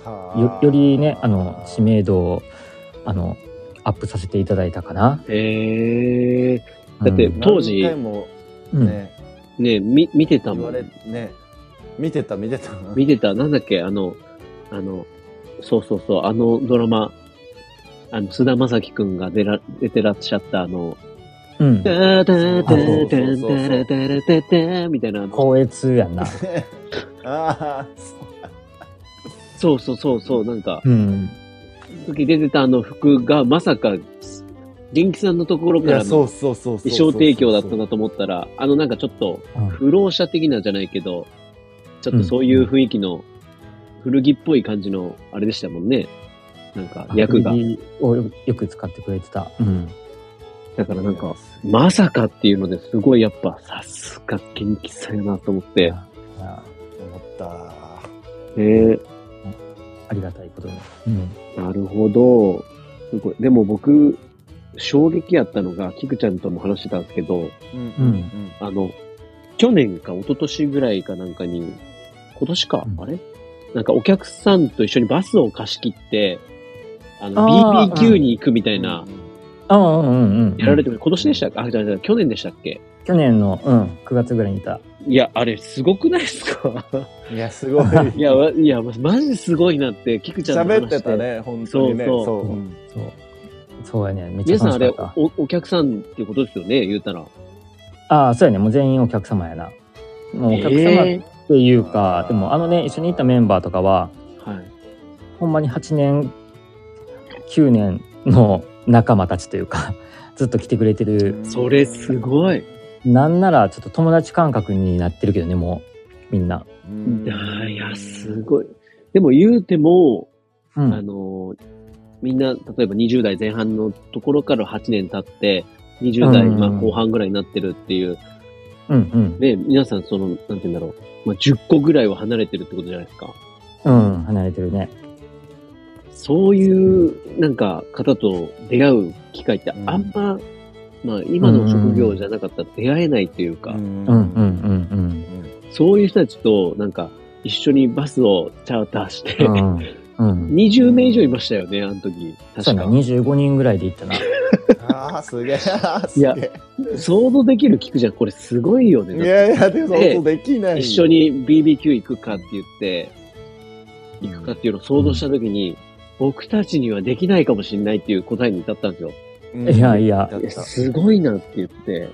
よ, よりねあの知名度をあのアップさせていただいたかな。 へえ。だってうん当時何回もうんね、 ね、み見てたもん。 言われね、見てた見てた。 見てた、なんだっけ、あの、あの、そうそうそう、あのドラマ、あの、菅田将暉くんが出ら、出てらっしゃったあの、 うんタータータータそうそうそうそうータラタラタターみたいな、あの光悦やんな。 ああ、 そうそうそうそう、なんか、 うん時出てたあの服がまさか、元気さんのところいや、 からのそうそうそうそう。 衣装提供だったなと思ったら、あのなんかちょっと、 うん不老者的なじゃないけど、ちょっとそういう雰囲気の、古着っぽい感じの、あれでしたもんね。なんか、役が。 古着をよよく使ってくれてた。うんだからなんか、まさかっていうのですごいやっぱ、さすが元気さんやなと思って。 いや思った。 えー、 ありがたいことに。うんなるほど。すごい。でも僕、衝撃やったのが、キクちゃんとも話してたんですけど、 うんうんあの、去年か一昨年ぐらいかなんかに、今年か、 うんあれなんかお客さんと一緒にバスを貸し切って、あの、 あービービーキュー に行くみたいな、 あうんうんうんうん。 やられてる、今年でしたっけあ、じゃあじゃあ去年でしたっけ去年の、うん、くがつぐらいにいた。 いや、あれ、すごくないですかいや、すごい。 いや、わいや、マジすごいなって、キクちゃんと話して。 喋ってたね、本当にね。 そうそうそううんそう。そうやね。めっちゃ皆さんあれ楽しかった。 お、お客さんっていうことですよね、言うたら。 ああ、そうやね。もう全員お客様やな。もうお客様っえていうか、でもあのね、一緒に行ったメンバーとかは、 ーはい。 ほんまにはちねん、きゅうねんの仲間たちというか、ずっと来てくれてる。 それすごい。 なんならちょっと友達感覚になってるけどね、もう、みんな。 うんいやいや、すごい。でも言うても、 うん。 あのー、みんな、例えばにじゅう代前半のところからはちねん経って、にじゅう代、 うんまあ後半ぐらいになってるっていう、 うんうん。 ね、皆さんその、なんて言うんだろう、まあじゅっこぐらいは離れてるってことじゃないですか。 うん、離れてるね。 そういう、なんか、方と出会う機会ってうんあんま、まあ今の職業じゃなかったら出会えないっていうか、 うんうんうんうんそういう人たちと、なんか、一緒にバスをチャーターして、 うん。うん。うん。 にじゅうめい以上いましたよね、あの時。 そうやな、 確か。 にじゅうごにんぐらいで行ったな。 ああ、すげえ。すいやげ想像できる聞くじゃん。これすごいよね。 え。いやいや、でも想像できない。 一緒に ビービーキュー 行くかって言って、行くかっていうのを想像したときに、僕たちにはできないかもしれないっていう答えに至ったんですよ。 うん。 いやいやだったいやすごいなって言って、 いや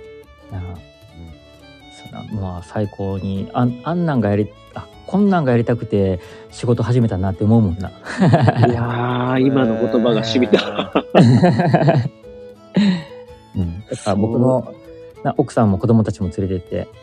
そうなまあ最高にあんあんなんがやりあこんなんがやりたくて仕事始めたなって思うもんな。 いやー、今の言葉が染みた。 うん、だから僕のな奥さんも子供たちも連れてって、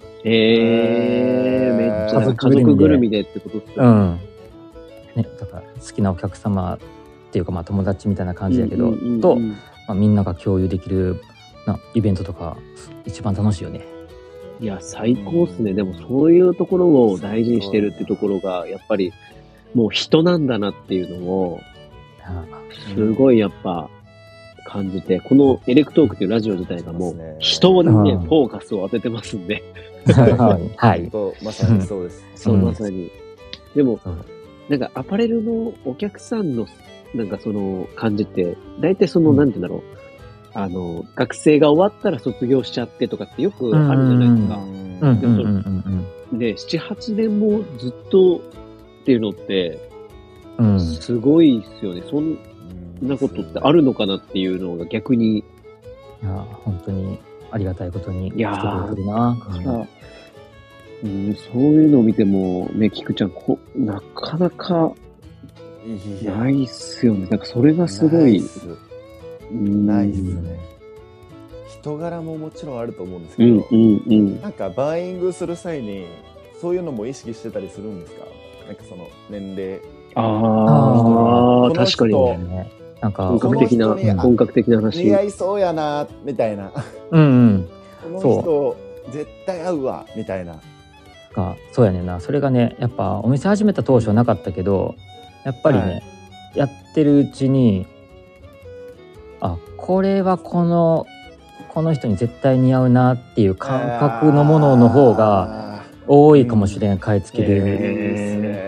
えー、めっちゃ家族家族ぐるみでってことですよ。 うんね、だから好きなお客様っていうかまあ友達みたいな感じやけど、 うんうんうんうんと、まあ、みんなが共有できるなイベントとか一番楽しいよね。 いや、最高っすね。でもそういうところを大事にしてるってところが、やっぱり、もう人なんだなっていうのを、すごいやっぱ感じて、このエレクトークっていうラジオ自体がもう人にね、 うんフォーカスを当ててますんで、 はい、はい、 とまさにそうです。 そううんまさに。でもそう、 なんかアパレルのお客さんの、なんかその感じって、大体その、 うんなんて言うんだろう。あの、学生が終わったら卒業しちゃってとかってよくあるじゃないですか。 うんうんうんうんで、なな、はちねんもずっとっていうのって、 うんうんすごいですよね。そんなことってあるのかなっていうのが逆に、 いや本当にありがたいことに来ていやーくれてるな。 からうん、そういうのを見ても、ね、菊ちゃん、こなかなかいやないっすよね。なんかそれがすごい。 ないっすうんないっすね。人柄ももちろんあると思うんですけど、 うんうんうん。 なんかバーイングする際にそういうのも意識してたりするんですか？なんかその年齢。 あああ、 ー確かに。 こね、なんか本格的な、 この人に本格的な話。 似合いそうやなみたいな。 うんうんこのそ人絶対合うわみたいな。 がそうやねんな。それがねやっぱお店始めた当初はなかったけど、やっぱりね、 はいやってるうちにあこれはこのこの人に絶対似合うなっていう感覚のものの方がが多いかもしれん。買い付けいいで、 ですね。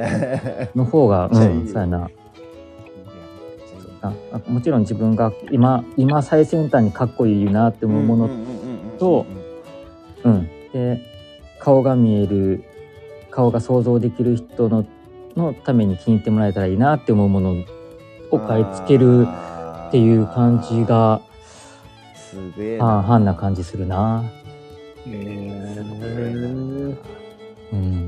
の方が、 めっちゃいいうん、そうやな。あもちろん自分が今今最先端にかっこいいなって思うものと、うん、で顔が見える顔が想像できる人ののために気に入ってもらえたらいいなって思うものを買い付けるっていう感じがすげえ半々な感じするな。 へーうん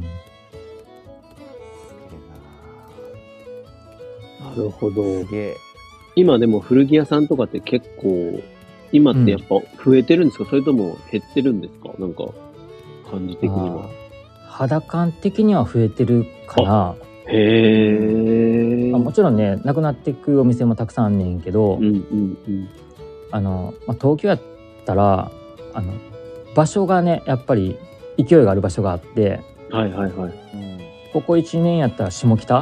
なるほど。 すげえ。 今でも古着屋さんとかって結構、今ってやっぱ増えてるんですか、それとも減ってるんですかなんか、感じ的には。 肌感的には増えてるかな。 へー。 あもちろんねなくなっていくお店もたくさんあんねんけど、 うんうんうん。 あのまあ、東京やったらあの場所がねやっぱり勢いがある場所があって、 はいはいはい。 ここいちねんやったら下北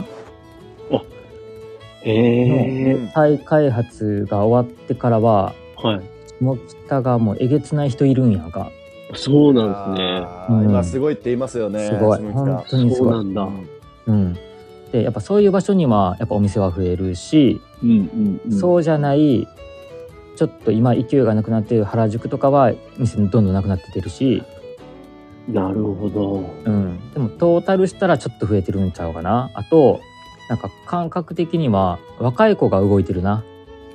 へー。 うん再開発が終わってからははい。 下北がもうえげつない人いるんやんか。 そうなんですね。 うんあー今すごいって言いますよね。 すごい下北本当にすごい。 そうなんだ。 うん、でやっぱそういう場所にはやっぱお店は増えるし、 うんうんうん。 そうじゃないちょっと今勢いがなくなっている原宿とかは店どんどんなくなってってるし、 なるほど。 うん、でもトータルしたらちょっと増えてるんちゃうかな。あとなんか感覚的には若い子が動いてるな。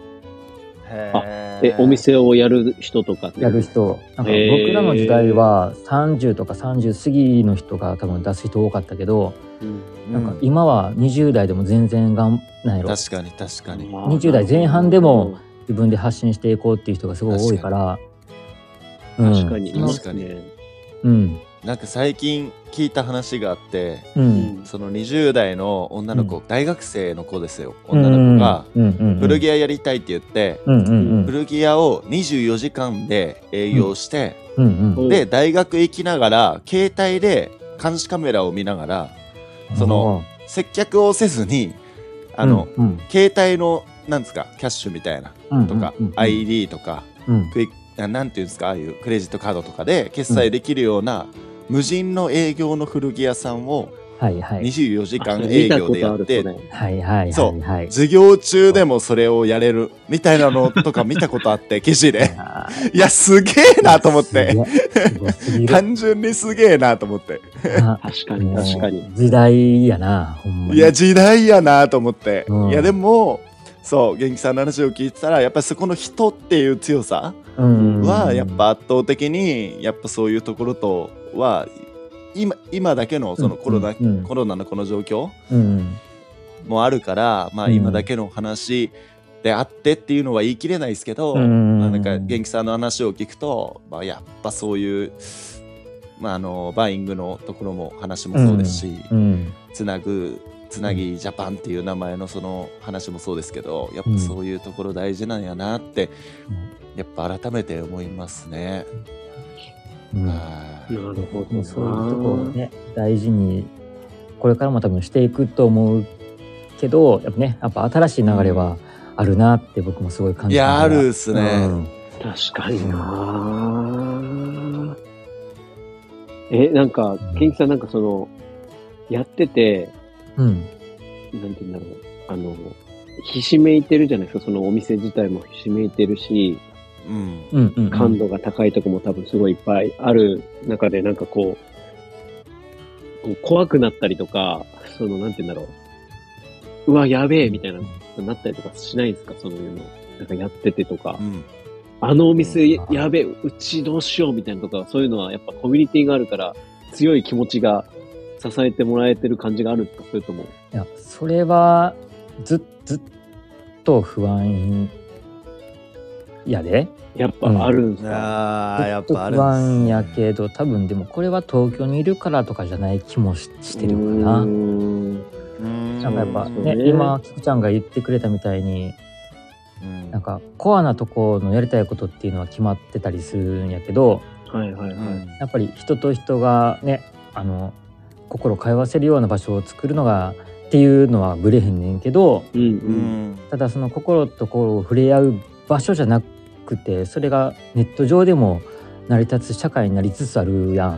へえ、お店をやる人とかってやる人なんかへー僕らの時代はさんじゅうとかさんじゅう過ぎの人が多分出す人多かったけど、 うんなんか今はにじゅう代でも全然がんなんやろ確かに確かに。 にじゅう代前半でも自分で発信していこうっていう人がすごい多いから、うん確かにいます確かね。 うんなんか最近聞いた話があって、 ううんんそのにじゅう代の女の子、 う大学生の子ですよ。女の子がうんうんうん古着屋やりたいって言って、 うんうんうん古着屋をにじゅうよじかんで営業して、 うんうんで大学行きながら携帯で監視カメラを見ながらその接客をせずにあの、 うんうん携帯のなんですかキャッシュみたいなうんとか、 うんうんアイディー とかうんクイックなんていうんですかああいうクレジットカードとかで決済できるような、無人の営業の古着屋さんをはいはいにじゅうよじかんあ営業でやって、 見たことあるそれはいはいそはいうはい授業中でもそれをやれるみたいなのとか見たことあって記事であーいやすげえなと思ってすごいすごすぎる単純にすげえなと思ってあ確かにもう確かに。 時代やなほんまにいや時代やなと思って、 うんいやでもそう元気さんの話を聞いてたらやっぱりそこの人っていう強さうんはやっぱ圧倒的にやっぱそういうところとは今今だけのそのコロナ、 うんうんコロナのこの状況うんもあるから、まあ、 うん今だけの話であってっていうのは言い切れないですけど、 うんまあ、なんか元気さんの話を聞くと、まあ、やっぱそういう、まあ、あのバイングのところも話もそうですし、 うんつなぐつなぎジャパンっていう名前のその話もそうですけどやっぱそういうところ大事なんやなって、やっぱ改めて思いますね。 うんはいなるほどな。 もうそういうとこをね大事にこれからも多分していくと思うけどやっぱねやっぱ新しい流れはあるなって僕もすごい感じたいやあるっすねうん確かにな。え、なんか、ケンキさんなんかその、やってて、 うんなんて言うんだろう。あの、ひしめいてるじゃないですか。そのお店自体もひしめいてるし、 うんうんうん感度が高いとこも多分すごいいっぱいある中で、なんかこう、こう怖くなったりとか、その、なんて言うんだろう。うわ、やべえ、みたいな、なったりとかしないんですかそういうの。なんかやっててとか。 うんあのお店うんやべえ、うちどうしようみたいなとか、そういうのはやっぱコミュニティがあるから、強い気持ちが支えてもらえてる感じがあるんですかそれとも。 いやそれはずずっと不安やでやっぱあるんですか、 あーやっぱある不安やけど多分でもこれは東京にいるからとかじゃない気もししてるかな。 うーんうんなんかやっぱそうねね今菊ちゃんが言ってくれたみたいにうんなんかコアなとこのやりたいことっていうのは決まってたりするんやけどはいはいはい。 うんやっぱり人と人がねあの心を通わせるような場所を作るのがっていうのはぶれへんねんけどうんう。 うんんただその心と心を触れ合う場所じゃなくてそれがネット上でも成り立つ社会になりつつあるやん。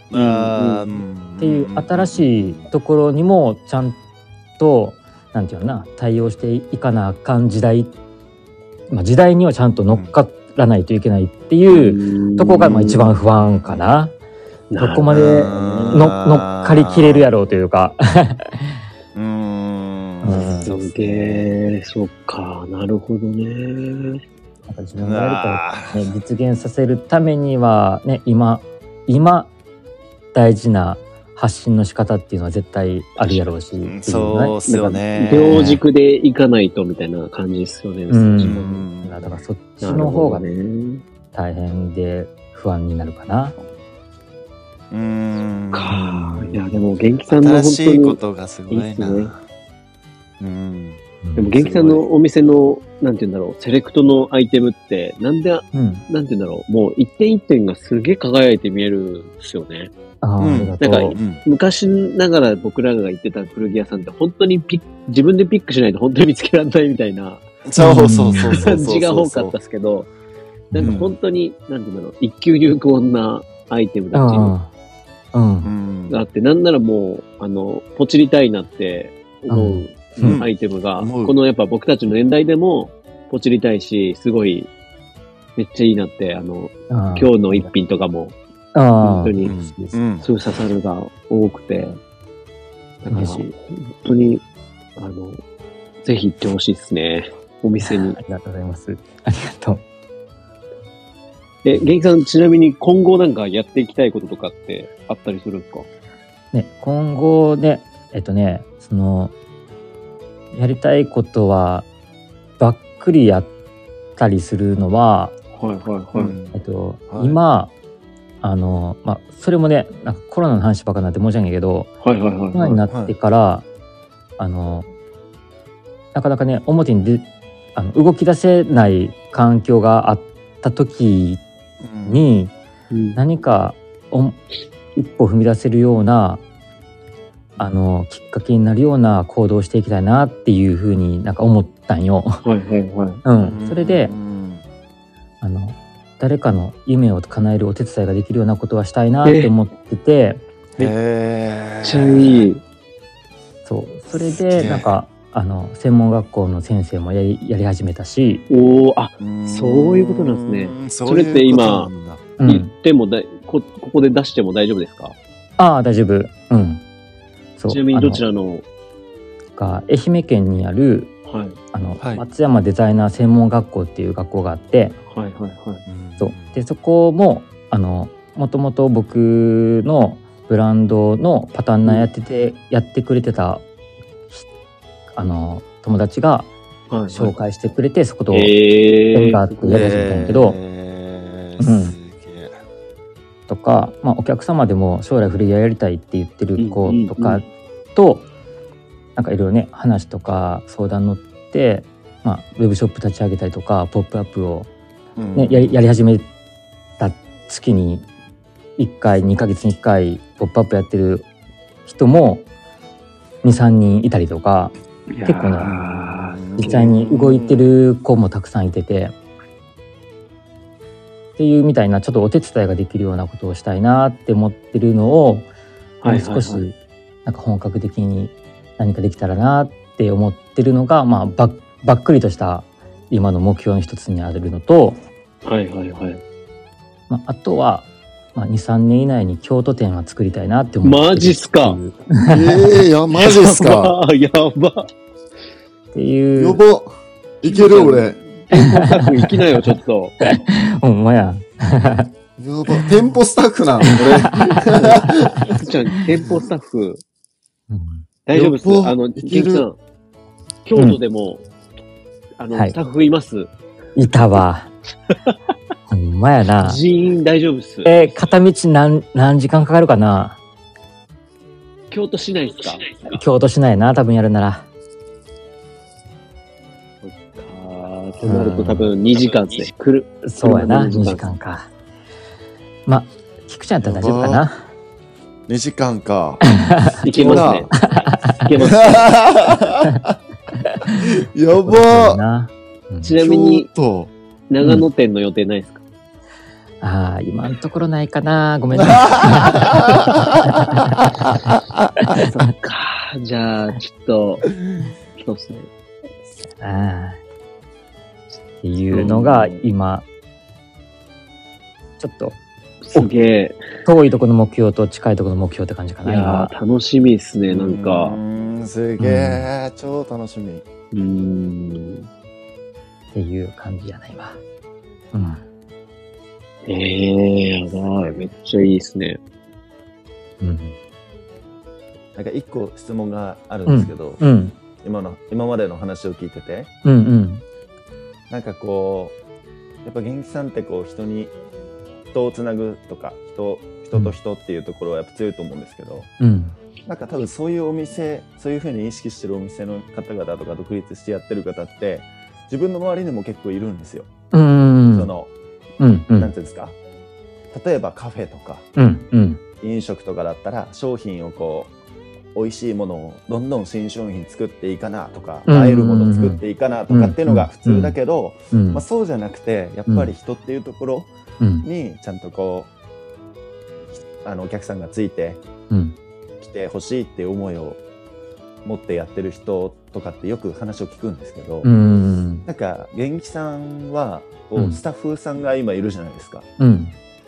あーっていう新しいところにもちゃんとなんていうのかな対応していかなあかん時代、まあ、時代にはちゃんと乗っからないといけないっていうところがまあ一番不安かな。どこまでの乗っかりきれるやろうというかうーんうんすげえ、そっか、なるほどね。 なんか自分がやりたい、ね、実現させるためにはね今今大事な発信の仕方っていうのは絶対あるやろうし、 うんそうっすよね。 両軸でいかないとみたいな感じですよね。 うんだからそっちの方がね。 大変で不安になるかな。 うーんかいや、でも元気さんの本当新しいにことがすごいな。 いいっすねうんでも元気さんのお店の、なんて言うんだろう、セレクトのアイテムって、なんで、 うん、 なんて言うんだろう、もう一点一点がすげえ輝いて見えるんですよね。 あうんありがとう。 なんかうん昔ながら僕らが行ってた古着屋さんって本当にピッ自分でピックしないと本当に見つけられないみたいなそうそうそうそうそう感じが多かったですけど、なんか本当に、なんて言うんだろう、一級入魂なアイテムたちああうんうんがあって、なんならもう、あの、ポチりたいなって思ううんアイテムが、 思うこのやっぱ僕たちの年代でもポチりたいし、すごい、めっちゃいいなって、あの、 ああ今日の一品とかも、 ああ本当に、 うんですうんそういう刺さるが多くて、だから、 嬉しい本当に、あの、ぜひ行ってほしいですね。お店にあ。りがとうございます。ありがとう。 え、元気さん、ちなみに今後なんかやっていきたいこととかってあったりするんですか？ ね、今後ね、えっとね、その、やりたいことは、ばっくりやったりするのは、 はいはいはい。 うんえっと、 はい今、あの、まあ、それもね、なんかコロナの話ばっかになって申し訳ないけど、 はいはいはいコロナになってから、あの、なかなかね、表にであの動き出せない環境があった時に、 うん何かお一歩踏み出せるようなあのきっかけになるような行動をしていきたいなっていうふうになんか思ったんよ。 はいはいはい。 うん、それでうんあの誰かの夢を叶えるお手伝いができるようなことはしたいなって思ってて、 へめっちゃいい。 そうそれすげえでなんかあの専門学校の先生もやりやり始めたし、 おお、あ、 うんそういうことなんですねそれって今う言っん、 てもだいこ、ここで出しても大丈夫ですか？ ああ大丈夫。うん。そうちなみにどちらの、 あのが愛媛県にあるはい、 あの、 はい松山デザイナー専門学校っていう学校があって、 はいはいはい。 そうでそこもあのもともと僕のブランドのパターンナーやってて、やってくれてたひあの友達がはい、 紹介してくれて、そことえー、 縁があってやり始めたんやけど、うんへーすげえとか、まあ、お客様でも将来古着屋やりたいって言ってる子とかと、なんかいろいろね話とか相談乗って、まあ、ウェブショップ立ち上げたりとかポップアップを、ねやりやり始めた月にいっかいにかげつにいっかいポップアップやってる人もにさんにんいたりとか、結構ね実際に動いてる子もたくさんいてて、っていうみたいなちょっとお手伝いができるようなことをしたいなって思ってるのを、 はいはいはいもう少しなんか本格的に何かできたらなって思ってるのが、まあ、ばっばっくりとした今の目標の一つにあるのと、 はいはいはい。 まあ、あとは、まあ、にさんねん以内に京都店は作りたいなって思ってるマジっすかええいやマジっすか。 やばやば。 っていうやばいける俺。 店舗スタッフ行きなよ、ちょっと。 ほんまややば店舗スタッフなん俺。 すちゃん、店舗スタッフ、 うん大丈夫です。 やばあの、 いける元気さん、京都でも、あの、 はいスタッフいます。 いたわほんまやな。 人員大丈夫っす。 えー片道何何時間かかるかな。 京都市内っすか？ 京都市内やな多分やるなら。 あーとなると多分にじかんですね。来る。 そうやな、 車でにじかんか。まあ、菊ちゃんやったら大丈夫かな。 にじかんか。 いけますね。いけます。 やそうばなうんちなみに京、都。 長野店の予定ないですか？ ああ、今のところないかな。ごめんなさそっか。じゃあ、ちょっと、そうっすね。 い。ああ。っていうのが今、ちょっとすげえ。 遠いところの目標と近いところの目標って感じかな。 いやー、楽しみっすね、なんうか。 ーんすげえ、超楽しみ。 うーん。 っていう感じやな、今。うん。 ええー、やばい。めっちゃいいっすね。 うん。 なんか一個質問があるんですけど、 うん。 今の今までの話を聞いてて、 うん。うん。 なんかこうやっぱ元気さんってこう人に人をつなぐとか人人と人っていうところはやっぱ強いと思うんですけど、 うん。 なんか多分そういうお店そういう風に意識してるお店の方々とか独立してやってる方って自分の周りにも結構いるんですよ。 うん。 その、 うん。うん。 なんていうんですか、例えばカフェとかうん。うん。 飲食とかだったら商品をこう美味しいものをどんどん新商品作っていいかなとか、 うん映えるもの作っていいかなとかっていうのが普通だけど、 うん。 まあ、そうじゃなくてやっぱり人っていうところうん。 にちゃんとこうあのお客さんがついてうん。 来てほしいっていう思いを持ってやってる人とかってよく話を聞くんですけど、 うん。 なんか元気さんはこううんスタッフさんが今いるじゃないですか。 うん。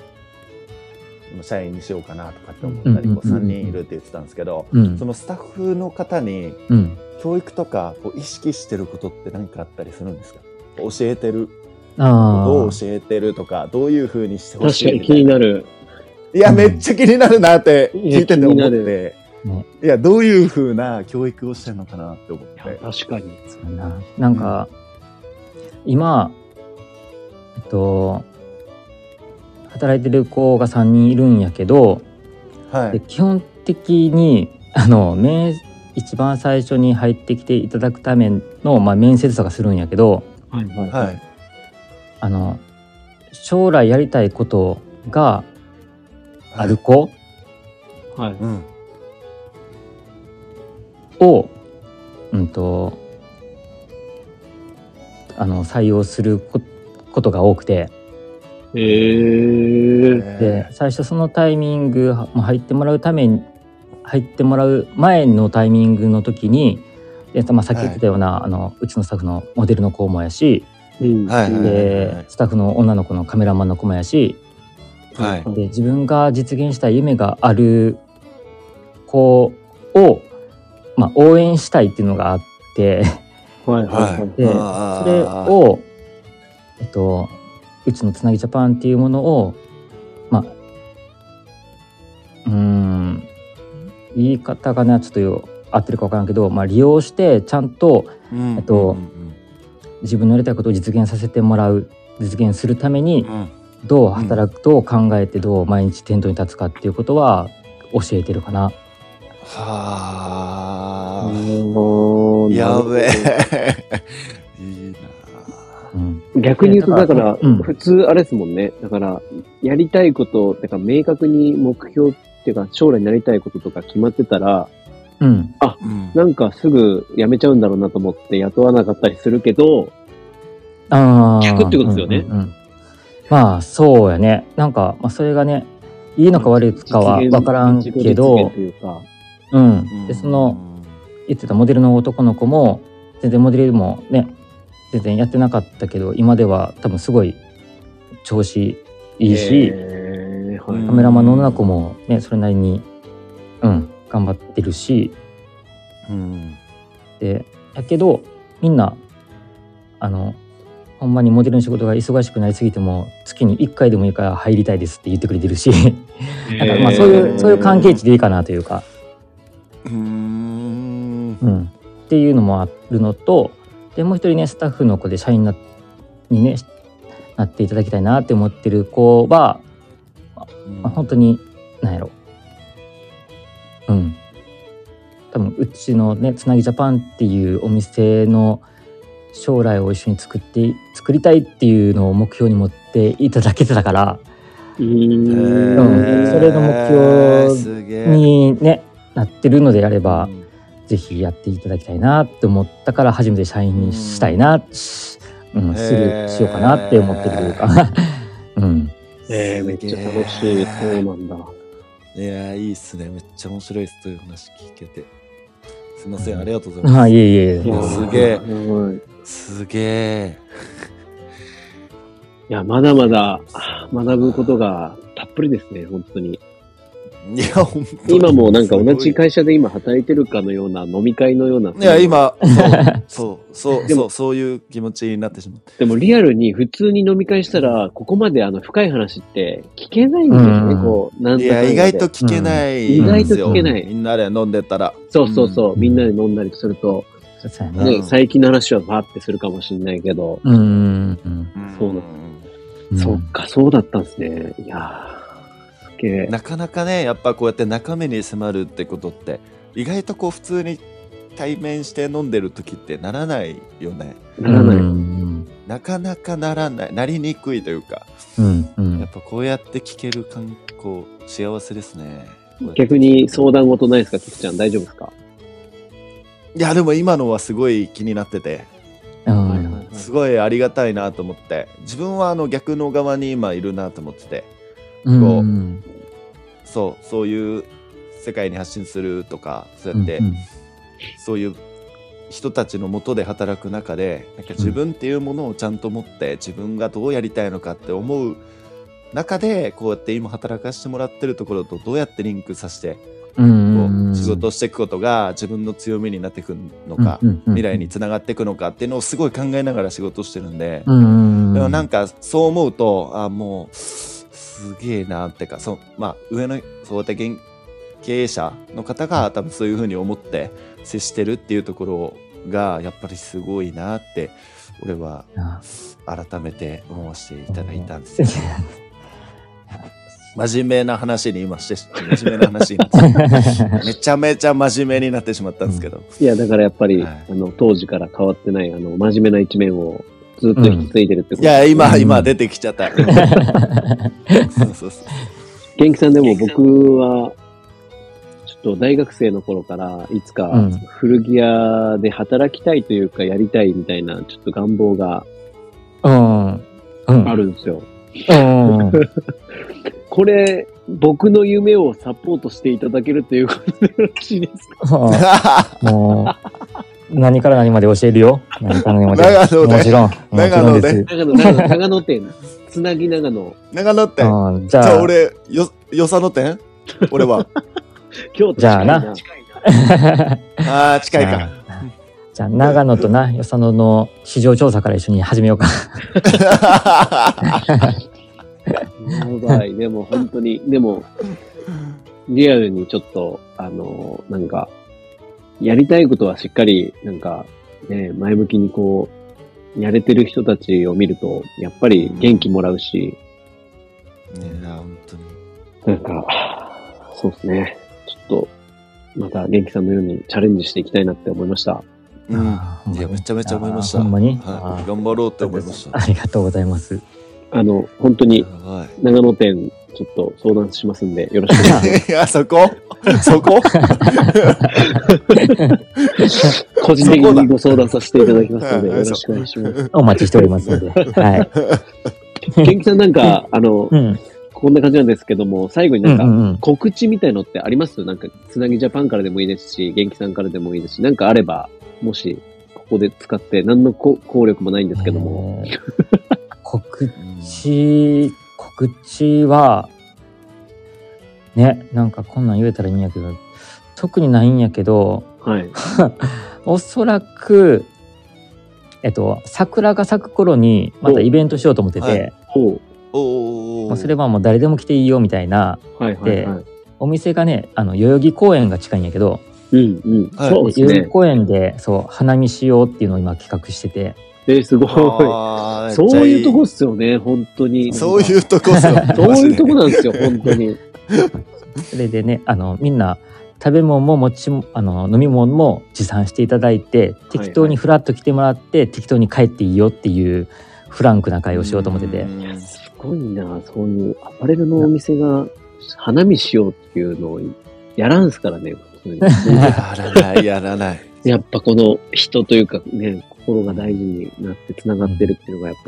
社員にしようかなとかって思ったり、 うんこうさんにんいるって言ってたんですけど、 うん。 そのスタッフの方にうん。 教育とかこう意識してることって何かあったりするんですか？教えてるああ。 どう教えてるとかどういう風にしてほしい確かに気になる。 いや、めっちゃ気になるなって聞いてて思っいや気にて、 ねいやどういう風な教育をしてるのかなって思っいやて。 確かに。 そうやな。なんか、今、えっと、働いてる子がさんにんいるんやけど、 はいで基本的にあの面一番最初に入ってきていただくための、まあ、面接とかするんやけど、 はいはいはいあの将来やりたいことがある子はい。 うんを、うんとあの採用するこことが多くて、 えー。 で最初そのタイミングも入ってもらうために入ってもらう前のタイミングの時にで、まあ、さっき言ってたような、はい、あのうちのスタッフのモデルの子もやし、 うんはいはいでスタッフの女の子のカメラマンの子もやし、 はいで自分が実現したい夢がある子を、まあ、応援したいっていうのがあってはいはいはい。 でそれを、えっと、うちのつなぎジャパンっていうものをまあうーん言い方がねちょっとよ合ってるか分からんけど、まあ、利用してちゃんと、 うんえっとうんうん自分のやりたいことを実現させてもらう実現するためにうんどう働く、どう考えてどう毎日店頭に立つかっていうことは教えてるかな。 はあうんやべえいいなうん逆に言うと、だから、 うん普通あれですもんね。だから、やりたいこと、だから明確に目標っていうか、将来になりたいこととか決まってたら、 うんうんなんかすぐ辞めちゃうんだろうなと思って雇わなかったりするけど、 あー逆ってことですよねうんうんうんまあそうやね。なんか、まあ、それがねいいのか悪いかは分からんけど、 実現というか、 うん、でその言ってたモデルの男の子も全然モデルもね全然やってなかったけど今では多分すごい調子いいし、 えーはいカメラマンの女の子もねそれなりにうん頑張ってるし、 うんでやけどみんなあのほんまにモデルの仕事が忙しくなりすぎても月にいっかいでもいいから入りたいですって言ってくれてるしなんかまあそういうそういう関係値でいいかなというか、 うーんうん、っていうのもあるのと、でもう一人ねスタッフの子で社員なにねなっていただきたいなって思ってる子は、まあ、本当に何やろうん多分うちのねつなぎジャパンっていうお店の将来を一緒に作って作りたいっていうのを目標に持っていただけてたからうーうんんそれの目標に、ね、なってるのであれば、ぜひやっていただきたいなって思ったから初めて社員にしたいな、しうん、するしようかなって思ってるというか、うん、 ええー、めっちゃ楽しい。そうなんだ。 いやー、いいっすね。めっちゃ面白いっす。という話聞けて。すいません、ありがとうございます。 あ、いえいえ。 いやすげえはいすげえ。 いや、まだまだ学ぶことがたっぷりですね、本当に。 いや、本当に今もなんか同じ会社で今働いてるかのような飲み会のような。 いや、今、そう、そう、そう、そう、そういう気持ちになってしまって。 でもリアルに普通に飲み会したら、ここまであの深い話って聞けないんですよね、 うんこう、なんいや、 だかんだで意外と聞けないんですよ。 うん意外と聞けないみんなで飲んでたら。 そうそうそう、 うんみんなで飲んだりすると、 そうやうんね。 ね、最近の話はバーってするかもしれないけど、 うん。うん。 そうなんうんそっか、そうだったんですね。いやー、すげえ。 なかなかね、やっぱこうやって中身に迫るってことって、意外とこう普通に対面して飲んでる時ってならないよね。 ならない。 うん。 なかなかならない、なりにくいというか、 うん。うんやっぱこうやって聞ける感こう幸せですね。 逆に相談事ないですか、キクちゃん、大丈夫ですか？ いや、でも今のはすごい気になってて、 うんすごいありがたいなと思って、自分はあの逆の側に今いるなと思ってて、 うん。 そうそういう世界に発信するとか、そうやって、 うんそういう人たちの下で働く中で、なんか自分っていうものをちゃんと持って自分がどうやりたいのかって思う中で、こうやって今働かせてもらってるところとどうやってリンクさせてこうん。 う仕事をしていくことが自分の強みになっていくのか、未来につながっていくのかっていうのをすごい考えながら仕事をしてるんで、 うん。 でもなんかそう思うと、あ、もうすげえなってか、そう、まあ上のそうやって現経営者の方が多分そういうふうに思って接してるっていうところがやっぱりすごいなって俺は改めて思わせていただいたんですよ。真面目な話に今して真面目な話になってめちゃめちゃ真面目になってしまったんですけど、 いや、だからやっぱり、 はい、 あの、当時から変わってない、あの、真面目な一面をずっと引き継いでるってこと、 いや、今、 うん、 今出てきちゃった。そうそうそう。 元気さんでも僕は、ちょっと大学生の頃からいつか古着屋で働きたいというかやりたいみたいなちょっと願望があるんですよ。うんうん、これ、僕の夢をサポートしていただけるということでよろしいですか？ もう、何から何まで教えるよ。何から何まで。 長野で。 もちろん。 長野で。 長野、長野、長野店。つなぎ長野。 長野店。じゃあ、じゃあ俺、よ、よさの店俺は。 京都じゃあな。 ああ、近いか。 じゃあ、長野とな、よさのの市場調査から一緒に始めようか。 やばい。でも本当に、でも、リアルにちょっと、あの、なんか、やりたいことはしっかり、なんか、ね、前向きにこう、やれてる人たちを見ると、やっぱり元気もらうし、 ねえ、本当に。 なんか、そうですね。ちょっと、また元気さんのようにチャレンジしていきたいなって思いました。 うん。いや、めちゃめちゃ思いました。 ほんまに、 はい、頑張ろうって思いました。 ありがとうございます。 あの、本当に、長野店、ちょっと相談しますんで、よろしくお願いします。 いや、そこそこ個人的にご相談させていただきますので、よろしくお願いします。 お待ちしておりますので。はい。 元気さんなんか、あの、うん、こんな感じなんですけども、最後になんか、告知みたいのってあります？なんか、つなぎジャパンからでもいいですし、元気さんからでもいいですし、なんかあれば、もし、ここで使って、何の効力もないんですけども。 告知、告知は、ね、なんかこんなん言えたらいいんやけど、特にないんやけど、 はい。 おそらく、えっと、桜が咲く頃にまたイベントしようと思ってて、はい、 おおそれはもう誰でも来ていいよみたいな、 はいはいはい、でお店がね、あの代々木公園が近いんやけど、 うんうん、 はい、そうですね、代々木公園でそう花見しようっていうのを今企画してて、 えー、すごい。そういうとこっすよね、本当に。 そういうとこっすよ。 そういうとこなんですよ、本当に。 それでね、あのみんな食べ物ももちあの飲み物も持参していただいて、適当にフラッと来てもらって、はいはい、適当に帰っていいよっていうフランクな会をしようと思ってて。 いや、すごいな、そういうアパレルのお店が花見しようっていうのをやらんすからね、普通に。 やらないやらない。 やっぱこの人というかね、心が大事になってつながってるっていうのがやっぱり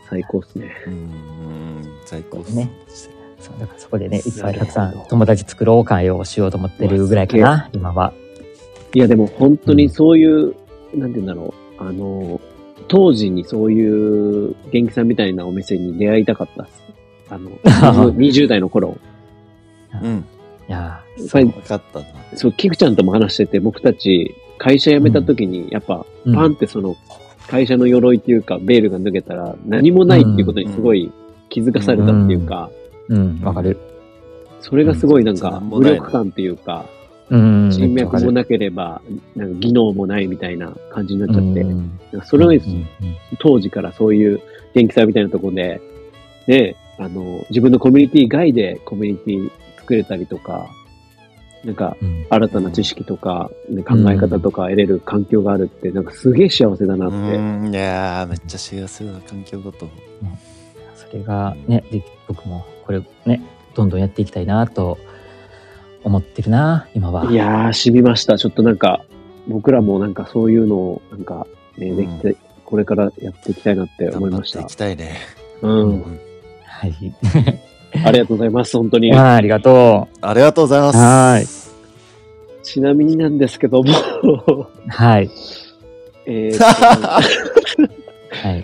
最高っすね。 うん、最高っすね。そうだからそこでね、いっぱいたくさん友達作ろう会をしようと思ってるぐらいかな、今は。 いや、でも本当にそういう、うん、なんて言うんだろう。あの、当時にそういう元気さんみたいなお店に出会いたかったっす。あの、にじゅう代の頃。 うん。 いややっぱり、 分かったな。 そう、キクちゃんとも話してて、僕たち、会社辞めた時に、やっぱ、パンってその、会社の鎧っていうか、ベールが脱げたら、何もないっていうことにすごい気づかされたっていうか、 うん、わ、うん、かる。 それがすごいなんか、無力感っていうか、うん、人脈もなければ、なんか技能もないみたいな感じになっちゃって、うん、それを、うん、当時からそういう元気さみたいなところで、ね、あの、自分のコミュニティ外でコミュニティ作れたりとか、なんか、新たな知識とか、ね、考え方とか得れる環境があるって、なんかすげえ幸せだなって。 うん、いやー、めっちゃ幸せな環境だと。うん、 それがね、で僕もこれね、どんどんやっていきたいなと思ってるな、今は。 いやー、染みました。ちょっとなんか、僕らもなんかそういうのを、なんか、ね、できて、うん、これからやっていきたいなって思いました。 やっていきたいね。 うん。うん、 はい。 ありがとうございます、本当に。 あ, ありがとう。ありがとうございます。 はい。 ちなみになんですけどもはい。 えー、はい。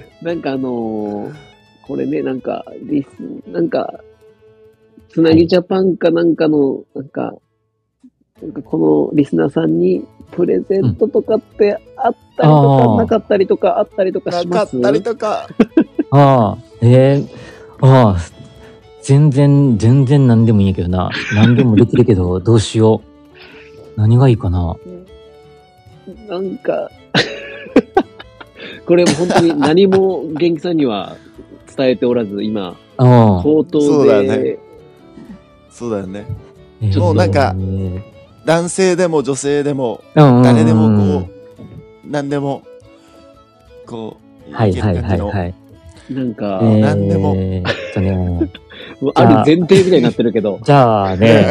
なんかあのー、これね、なんか、リス、なんか、つなぎジャパンかなんかの、なんか、なんかこのリスナーさんにプレゼントとかってあったりとか、うん、なかったりとか、あったりとかします？ なかったりとか。 ああ、えー、ああ、全然、全然何でもいいんやけどな。何でもできるけど、どうしよう。何がいいかな。 なんか、これ本当に何も元気さんには伝えておらず、今、口頭で。 そうだよね。そうだよね。もうなんか、男性でも女性でも、誰でもこう、何でも、こう、 はいはいはいはい。 なんか、 えー、 何でも、えー、っとね、 ある前提みたいになってるけど。 じゃあね、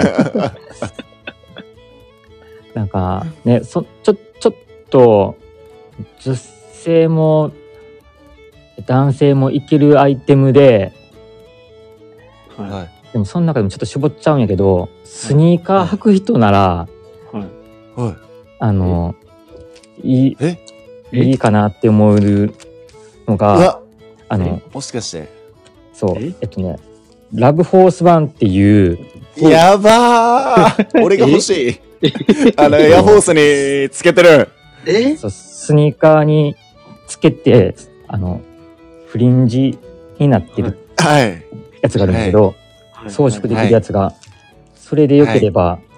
なんかね、そちょちょっと女性も男性もいけるアイテムで、 はい、 でもその中でもちょっと絞っちゃうんやけど、スニーカー履く人なら、 はいはい、 あのいいいいかなって思うのが、あのもしかしてそうえっとね。ラブフォースワンっていう。 やばー俺が欲しい。あの、エアフォースにつけてる。 えそうスニーカーにつけて、あの、フリンジになってるやつがあるんだけど、はい、装飾できるやつが、はい、それでよければ、はい、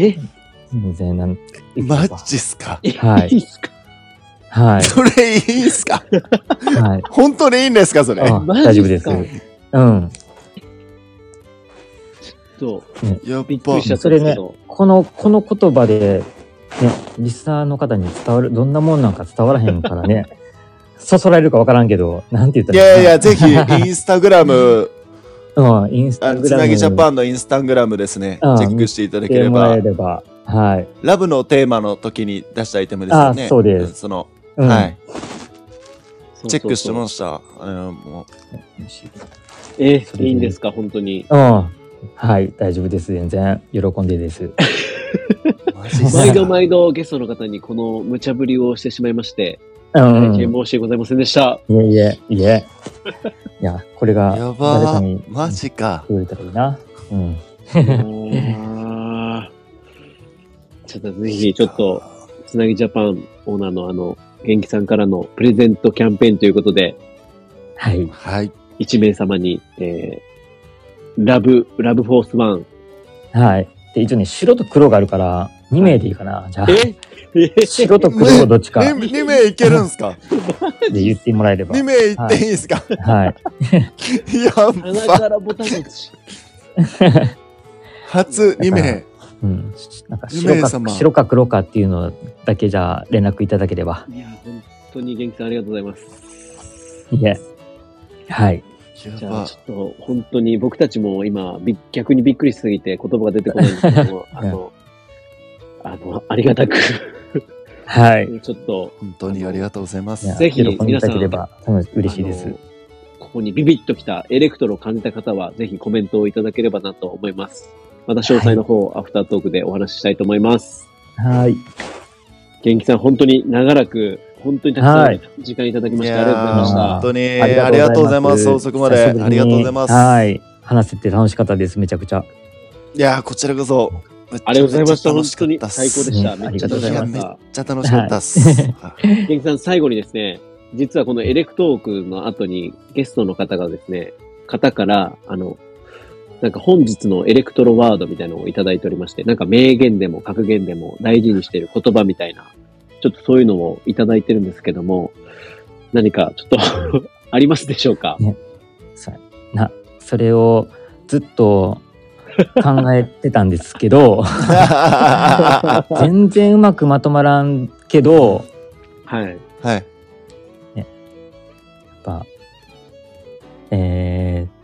え全然なんマジっすかはい。 いいっすかはい。それいいっすかはい。 本当にいいんですかそれ。 大丈夫です。うん。 そう。 ね、やっびっくりしちゃった。 それね、この、この言葉で、ね、リスナーの方に伝わる、どんなもんなんか伝わらへんからね、そそられるかわからんけど、なんて言ったらいいいやいや、ぜひ、インスタグラム、 うん、インスタグラム。 つなぎジャパンのインスタグラムですね、うん、チェックしていただければ。 ればはい。 ラブのテーマの時に出したアイテムですよね。 あ、そうです。 その、うん、はい。チェックしてました。あのもうえ、いいんですか、本当に。 うん。はい、大丈夫です。全然喜んでです。 毎度毎度ゲストの方にこの無茶ぶりをしてしまいまして、 うん、 大変申し訳ございませんでした。 いえいえ、いえ。いや、これが誰かにマジか言われたらいいな。うん。 ちょっとぜひ、ちょっと、つなぎジャパンオーナーのあの、元気さんからのプレゼントキャンペーンということで、 はい。 はい。 いち名様に、えー、ラブ、ラブフォースワン。 はい。で、一応ね、白と黒があるから、に名でいいかな。じゃあ。 え白と黒どっちか。 に名いけるんすかで言ってもらえれば。 に名いっていいんすかはい。 やっば。 鼻からボタン持ち。 初に名。 うん。なんか白か、白か黒かっていうのだけじゃ連絡いただければ。 いや、本当に元気さんありがとうございます。 いえ。はい。 じゃあちょっと本当に僕たちも今逆にびっくりしすぎて言葉が出てこないんですけども、あの、あの、ありがたくはい。 ちょっと。 本当にありがとうございます。 ぜひ、 皆さん。喜んでいただければ嬉しいです。 ここにビビッときたエレクトロを感じた方は、ぜひコメントをいただければなと思います。また詳細の方、はい、アフタートークでお話ししたいと思います。 はい。 元気さん、本当に長らく、本当にたくさん時間いただきまして、はい、ありがとうございました。 本当にありがとうございます。遅くまでありがとうございます。 はい。話せて楽しかったです。めちゃくちゃ。 いやー、こちらこそ。 ありがとうございました。本当に最高でした。めっちゃ楽しかった。 めっちゃ楽しかったです。 元気さん、最後にですね、実はこのエレクトークの後にゲストの方がですね、方から、あの、なんか本日のエレクトロワードみたいなのをいただいておりまして、なんか名言でも格言でも大事にしている言葉みたいな、ちょっとそういうのをいただいてるんですけども、何かちょっとありますでしょうか？ね、 そな、それをずっと考えてたんですけど、全然うまくまとまらんけど、 はい。 はい。 ね、やっぱ、えー、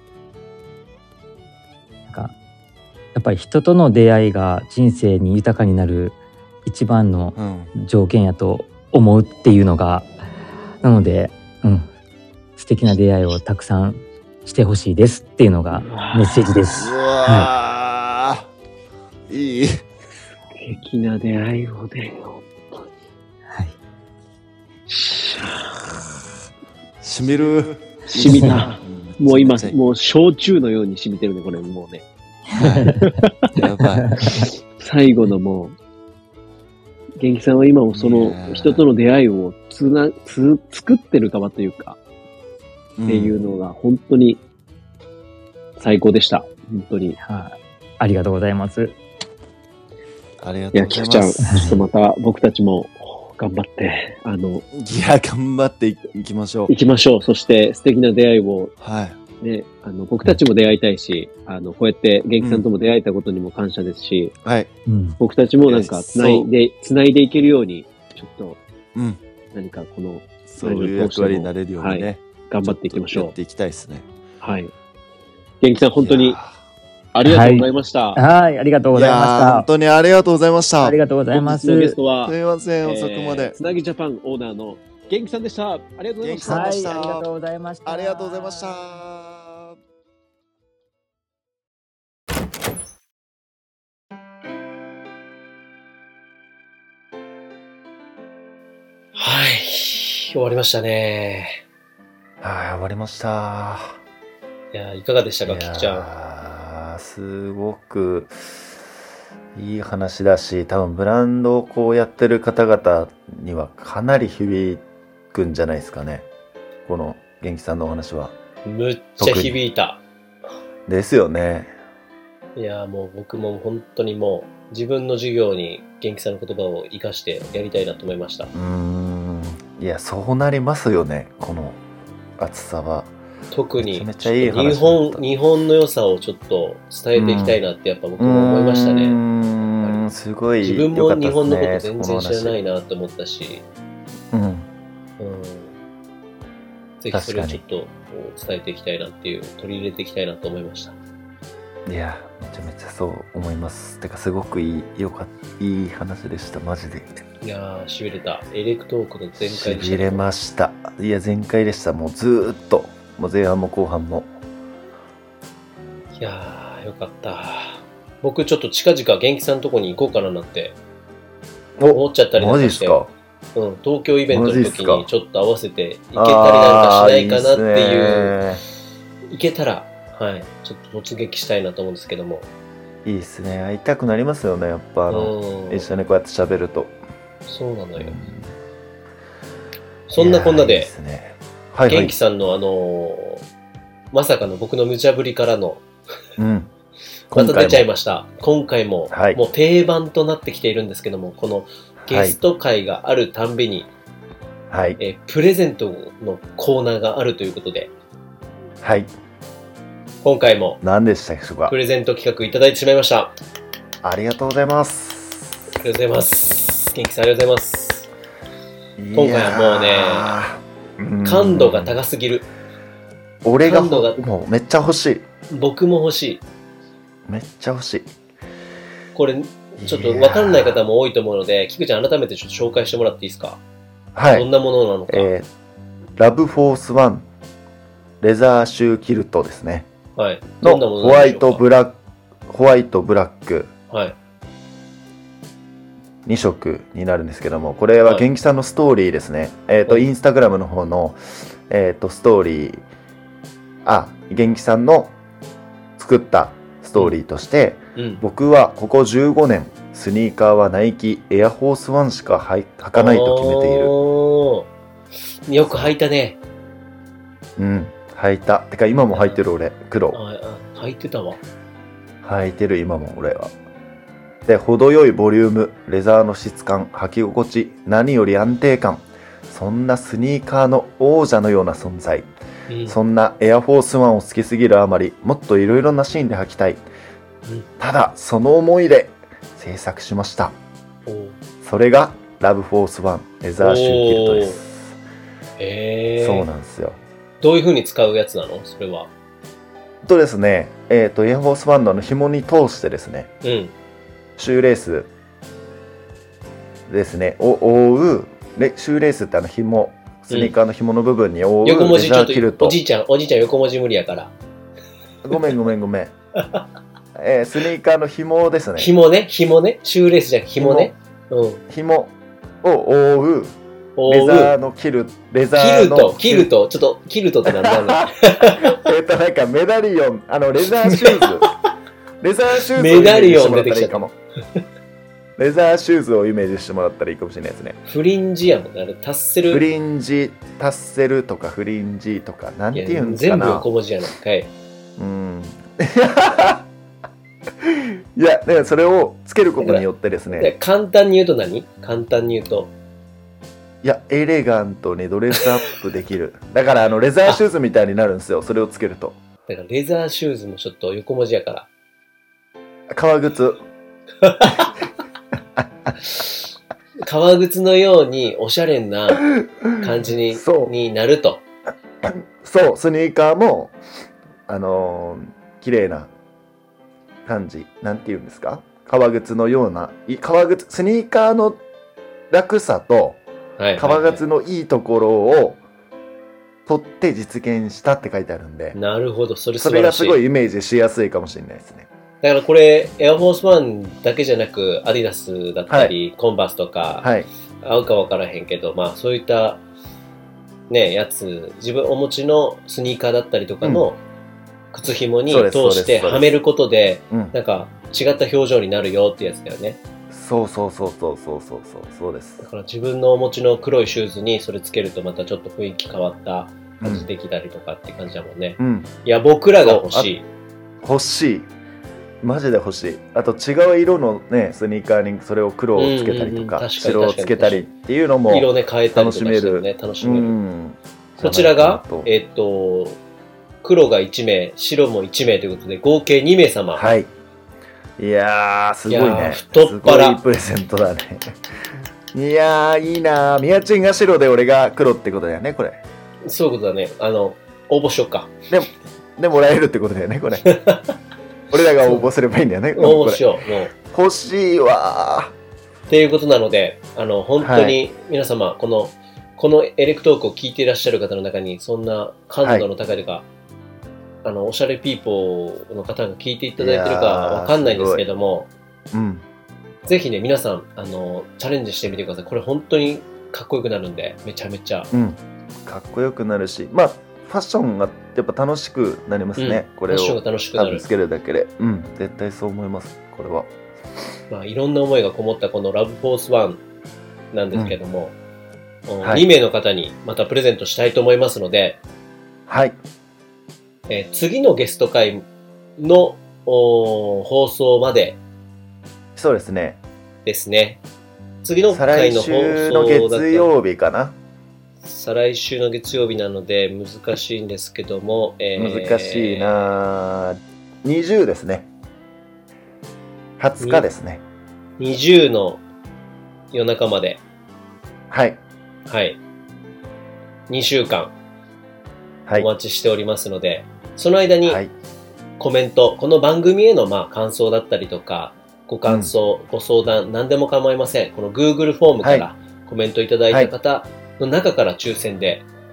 やっぱり人との出会いが人生に豊かになる一番の条件やと思うっていうのが、なので、うん、素敵な出会いをたくさんしてほしいですっていうのがメッセージです。 うわ、はい、いい。 素敵な出会いをね。 はい。 しみる。 しみた。もう今もう焼酎のようにしみてるね、これもうね。 やばい。 最後のもう、元気さんは今もその人との出会いをつな、つ、作ってる側というか、うん、っていうのが本当に最高でした。本当に。 はい。ありがとうございます。 ありがとうございます。いや、 キクちゃん、ちょっとまた僕たちも頑張って、あの、 いや、頑張っていきましょう。 行きましょう。そして素敵な出会いを、 はい。 ね、あの、僕たちも出会いたいし、あの、こうやって元気さんとも出会えたことにも感謝ですし、 うん、はい。 僕たちもなんか、つないで、つないでいけるように、ちょっと、 うん。 何かこの、 そういう役割になれるようにね、はい、 頑張っていきましょう。 やっていきたいですね。 はい。元気さん、本当に、ありがとうございました。 はい、はい、ありがとうございました。 本当にありがとうございました。 ありがとうございます。 本日のゲストは、 すみません、遅くまで。 つなぎジャパンオーナーの元気さんでした。ありがとうございました。 はい、ありがとうございました。 ありがとうございました。 はい、終わりましたね。 はい、終わりました。 いや、いかがでしたか、キクちゃん。すごくいい話だし、多分ブランドをこうやってる方々にはかなり響くんじゃないですかね。この元気さんのお話は。 むっちゃ響いた。 ですよね。 いや、もう僕も本当にもう自分の授業に元気さんの言葉を生かしてやりたいなと思いました。うーん。いや、そうなりますよね、この熱さは。 特にめちゃめちゃいい話日本、日本の良さをちょっと伝えていきたいなってやっぱ僕も思いましたね。 うん、すごい自分も日本のこと全然知らないなと思ったし、 うん、うん、 ぜひそれをちょっと伝えていきたいなっていう、取り入れていきたいなと思いました。 いや、めちゃめちゃそう思います。てかすごくいい、よかった、いい話でした、マジで。 いやー、しびれた。エレクトークの全開でした。 しびれました。いや、全開でした。もうずーっと。もう前半も後半も。 いやー、よかった。僕ちょっと近々元気さんのとこに行こうかななんて思っちゃったりなんかして。マジですか？うん、東京イベントの時にちょっと合わせて行けたりなんかしないかなっていう。行けたら、はい、ちょっと突撃したいなと思うんですけども。 いいですね。会いたくなりますよね、やっぱあの、一緒にこうやって喋ると。 そうなのよ。そんなこんなで、いいですね。はいはい、元気さんのあのー、まさかの僕の無茶ぶりからの、 うん、 また出ちゃいました。今回も、 はい、 もう定番となってきているんですけども、このゲスト会があるたんびに、 はい、 えプレゼントのコーナーがあるということで、 はい、 今回も何でしたでしょうか。 プレゼント企画いただいてしまいました。 ありがとうございます。 ありがとうございます。元気さんありがとうございます。今回はもうね、感度が高すぎる。 俺ががもうめっちゃ欲しい。 僕も欲しい。 めっちゃ欲しい。 これちょっと分からない方も多いと思うので、キクちゃん改めてちょっと紹介してもらっていいですか？ はい。 どんなものなのか。 えー、ラブフォースワンレザーシューキルトですね。 はい。どのんなものホワイなんでしょうか。 トブラック、ホワイトブラックはい。 に色になるんですけども、これは元気さんのストーリーですね。えっ、と、 うんインスタグラムの方の、えっ、と、ストーリー、あ、元気さんの作ったストーリーとして、 うん。 僕はここじゅうごねん、スニーカーはナイキエアフォースワンしか履履かないと決めている。 おーよく履いたね。 うん、履いた。てか今も履いてる俺、黒。 ああ履いてたわ。 履いてる今も俺は。で、程よいボリューム、レザーの質感、履き心地、何より安定感。そんなスニーカーの王者のような存在。 うんそんなエアフォースワンを好きすぎるあまり、もっといろいろなシーンで履きたい。 うんただ、その思いで制作しました。 おーそれが、ラブフォースワンレザーシューキルトです。 へえ。 そうなんですよ。 どういう風に使うやつなのそれは。 とですね、えっ、と、エアフォースワンのあの紐に通してですね、 うん。 シューレースですね、を覆う、レシューレースってあの紐、スニーカーの紐の部分に覆うレ横文字ちょっザーキルト。 とおじいちゃん、おじいちゃん横文字無理やから。 ごめんごめんごめん。えースニーカーの紐ですね。 紐ね、紐ね。シューレースじゃなくて紐ね。うん。 紐を覆う覆レザーう。 のキル、レザキーのルト、キルト、ちょっと、キルトって何なのえっとなんかメダリオン、あのレザーシューズ。レザーシューズをイメダリオンメージしてもらったらいいかも。レザーシューズをイメージしてもらったらいいかもしれないですね。 フリンジやもんね。あれ、タッセル。 フリンジ、タッセルとかフリンジとか、なんていやいうんですか全部な。 横文字やないかい。 うん。いや、だからそれをつけることによってですでね、 簡単に言うと何簡単に言うと。 いや、エレガントにドレスアップできる。だから、あの、レザーシューズみたいになるんですよ。それをつけると。 だからレザーシューズもちょっと横文字やから。 革靴。 革靴のようにおしゃれな感じにそうになると。 そう、スニーカーも、あのー綺麗な感じ。なんて言うんですか？革靴のような、い革靴、スニーカーの楽さと、 はいはいはい革靴のいいところを取って実現したって書いてあるんで、 なるほど、それ素それが晴らしい。 すごいイメージしやすいかもしれないですね。 だからこれ、エアフォースワンだけじゃなく、アディダスだったり、コンバースとか、 はい。 合うか分からへんけど、まあそういった、ね、やつ、自分お持ちのスニーカーだったりとかの靴紐にそうです通してそうですはめることで、 うん。 なんか違った表情になるよってやつだよね。 そうそうそうそうそうそうそうそうですだ。から自分のお持ちの黒いシューズにそれつけるとまたちょっと雰囲気変わった感じできたりとかって感じだもんね。 うん。 いや、僕らが欲しい。 欲しい。マジで欲しい。あと違う色のね、スニーカーにそれを黒をつけたりとか、 うんうんうん確かに白をつけたりっていうのも、 色ね変えたりとかしてもね、楽しうめる。 ん。 こちらがじゃないかなと、 えっと、黒がいち名、白もいち名ということで、合計に名様。 はい。いやー、すごいいやーね。 太っ腹すごいプレゼントだね。いやー、いいなー。みやちんが白で俺が黒ってことだよね、これ。 そういうことだね。あの、応募しよっか。 で、もらえるってことだよね、これ。俺らが応募すればいいんだよね、 応募しよう。もう。 欲しいわっていうことなので、あの、本当に皆様、この、このエレクトークを聞いていらっしゃる方の中に、そんな感度の高いというか、あの、おしゃれピーポーの方が聞いていただいてるかわかんないんですけども、 ー。うん。 ぜひね、皆さん、あの、チャレンジしてみてください。これ本当にかっこよくなるんで、めちゃめちゃ。 うん。かっこよくなるし、まあ、ファッションがやっぱ楽しくなりますね、これを。 ファッションが楽しくなる多分つ。けるだけで。うん。絶対そう思います、これは。 まあ、いろんな思いがこもったこのラブフォースワンなんですけども、うんはいに名の方にまたプレゼントしたいと思いますので、 はい。 えー次のゲスト会のおー放送までそうですね。 ですね。次の再来回の放週の送だと月曜日かな。 再来週の月曜日なので難しいんですけども、えー難しいなにじゅうですね。はつかですね。 にじゅうの夜中まで、 はい。 はい、にしゅうかんはい。 お待ちしておりますので、その間にはい。 コメント、この番組へのまあ感想だったりとか、ご感想、ご相談、何でも構いません。この Google フォームからコメントいただいた方の中から抽選で、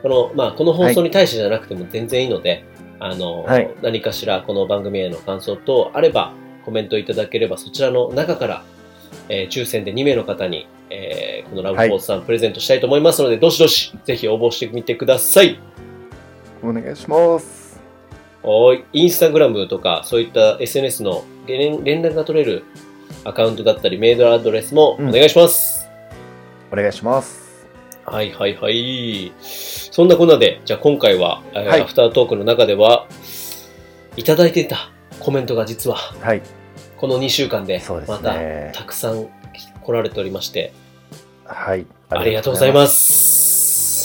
この、まあ、この放送に対してじゃなくても全然いいので、あの、 はい何かしらこの番組への感想等あればコメントいただければ、そちらの中から、えー抽選でにめいの方に、えーこのラブフォースさんプレゼントしたいと思いますので、どしどしぜひ応募してみてください。 お願いします。 はい。インスタグラムとか、そういった エスエヌエス の連連絡が取れるアカウントだったり、メールアドレスもお願いします。 お願いします。 はいはいはい。そんなこんなで、じゃあ今回は、えーはいアフタートークの中では、いただいていたコメントが実は、 はい。 このにしゅうかんでそうでますたね。 たくさん来られておりまして、 はい。 ありがとうございます。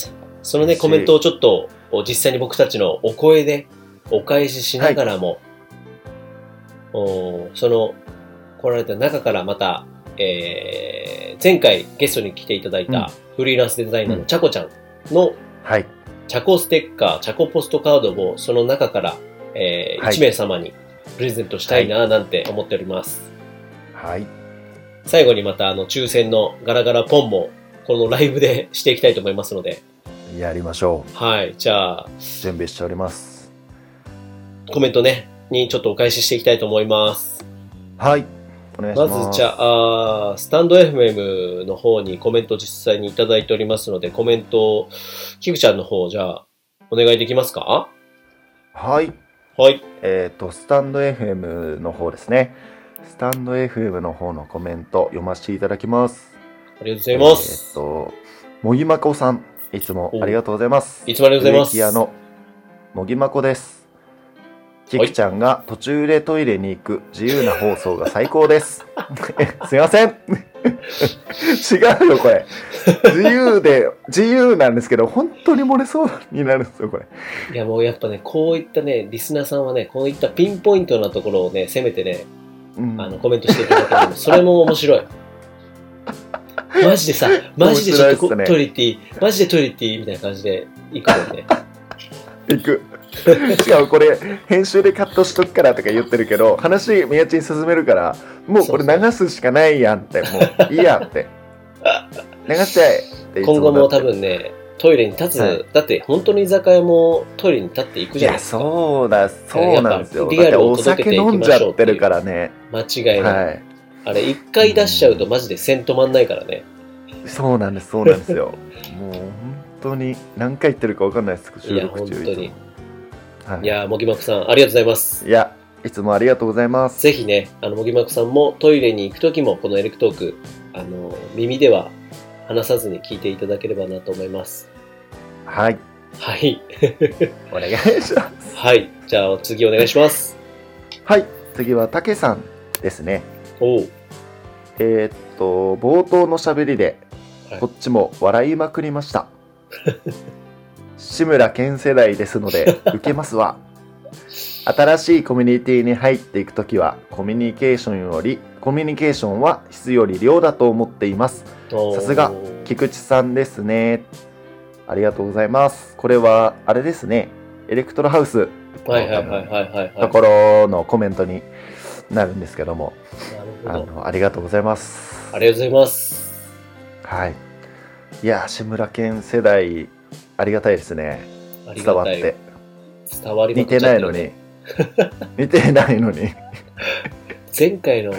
そのね、コメントをちょっと実際に僕たちのお声でお返ししながらも、おその来られた中からまた、えー前回ゲストに来ていただいうんたフリーランスデザイナーのちゃこちゃんのはい。 チャコステッカー、チャコポストカードをその中から、えーはいいちめい様にプレゼントしたいななんて思っております。 はい。 最後にまたあの抽選のガラガラポンもこのライブでしていきたいと思いますので、 やりましょはい。じゃあ、 う。準備しております。 コメントね、にちょっとお返ししていきたいと思います。 はい。お願いしま。 ますず、じゃあ、あースタンド エフエム の方にコメント実際にいただいておりますので、コメントを、キクちゃんの方、じゃあ、お願いできますか？ はい。 はい。 えっ、と、スタンド エフエム の方ですね。スタンド エフエム の方のコメント読ませていただきます。 ありがとうございます。 えっ、と、もぎまこさん、いつもありがとうございます。 いつもありがとうございます。 植木屋のもぎまこです。キクちゃんが途中でトイレに行く自由な放送が最高です。すいません。違うよ、これ。自由で、自由なんですけど、本当に漏れそうになるんですよ、これ。 いや、もうやっぱね、こういったね、リスナーさんはね、こういったピンポイントなところをね、せめてね、 うん、 あの、コメントしていただけるの、それも面白い。マジでさ、マジでちょっとこ、 面白いっすねトイレ行っていい？マジでトイレ行っていいみたいな感じで行くもんね。 行く。しかもこれ、編集でカットしとくからとか言ってるけど、話、宮地に進めるから、もうこれ流すしかないやんって、もういいやんって。流しちゃえっていつ今後も多なって分ね、トイレに立つ、 はいだって本当に居酒屋もトイレに立っていくいや、 じゃないですか。 そうだ、そうなんですよ。 やっぱリアルをだってお酒飲んじゃってるからね。 間違いない。 はい。 あれ、一回出しちゃうとマジで線止まんないからね。 そうなんです、そうなんですよ。もう本当に何回言ってるか分かんないです、収いや、 録中本当に。 はい、 いや、もぎまくさん、ありがとうございます。 いや、いつもありがとうございます。 ぜひね、あの、もぎまくさんもトイレに行くときも、このエレクトーク、あの、耳では話さずに聞いていただければなと思います。 はい、 はい。 お願いします。 はい。じゃあ、次お願いします。 はい、次はたけさんですね。 おう。 えー、っと、冒頭の喋りではい、 こっちも笑いまくりました。志村けん世代ですので、受けますわ。新しいコミュニティに入っていくときは、コミュニケーションより、コミュニケーションは質より量だと思っています。さすが菊池さんですね。ありがとうございます。これは、あれですね。エレクトロハウスはいはいはいはいはい、はい。 ところのコメントになるんですけども、あなるほど。 の、ありがとうございます。 ありがとうございます。 はい。いや、志村けん世代、ありがたいですね。 ありがい。 伝わったて。 伝わりま似くってちゃってるないのに。似てないのに。 前回の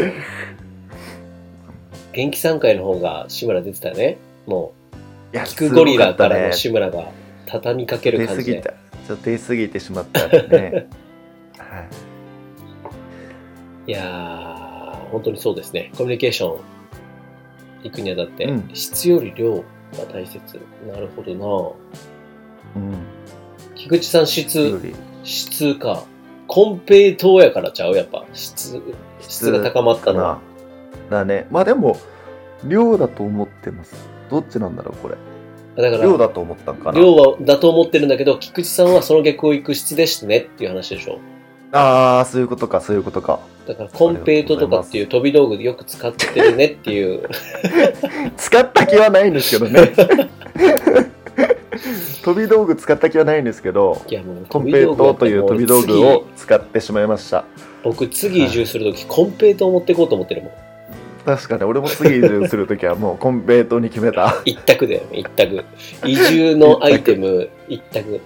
元気さんかいの方が志村出てたね。もいや、 う、キクゴリラからのす志村が畳みかけごかる感じで。 ったね出過ぎた。ちょっと出過ぎてしまったんでね。はい。 いやー、本当にそうですね。コミュニケーション行くにあたって、 うん質より量が大切。なるほどな。 うん。 菊池さんよ質、 り質か。コンペイトーやからちゃうやっぱ。質、質が高まったのは。 だね。まあでも、量だと思ってます。どっちなんだろう、これ。 だから、 量だと思ったんかな。 量はだと思ってるんだけど、菊池さんはその逆を行く質でしたねっていう話でしょ。 ああ、そういうことか、そういうことか。 だからコンペイトとかっていう飛び道具でよく使ってるねっていう。 使った気はないんですけどね。飛び道具使った気はないんですけど、 いやもうコンペイトという飛び道具を使ってしまいました。 僕次移住するとき、コンペイトを持っていこうと思ってるもん。 確かに俺も次移住するときはもうコンペイトに決めた。 一択だよね、一択。移住のアイテム、一択。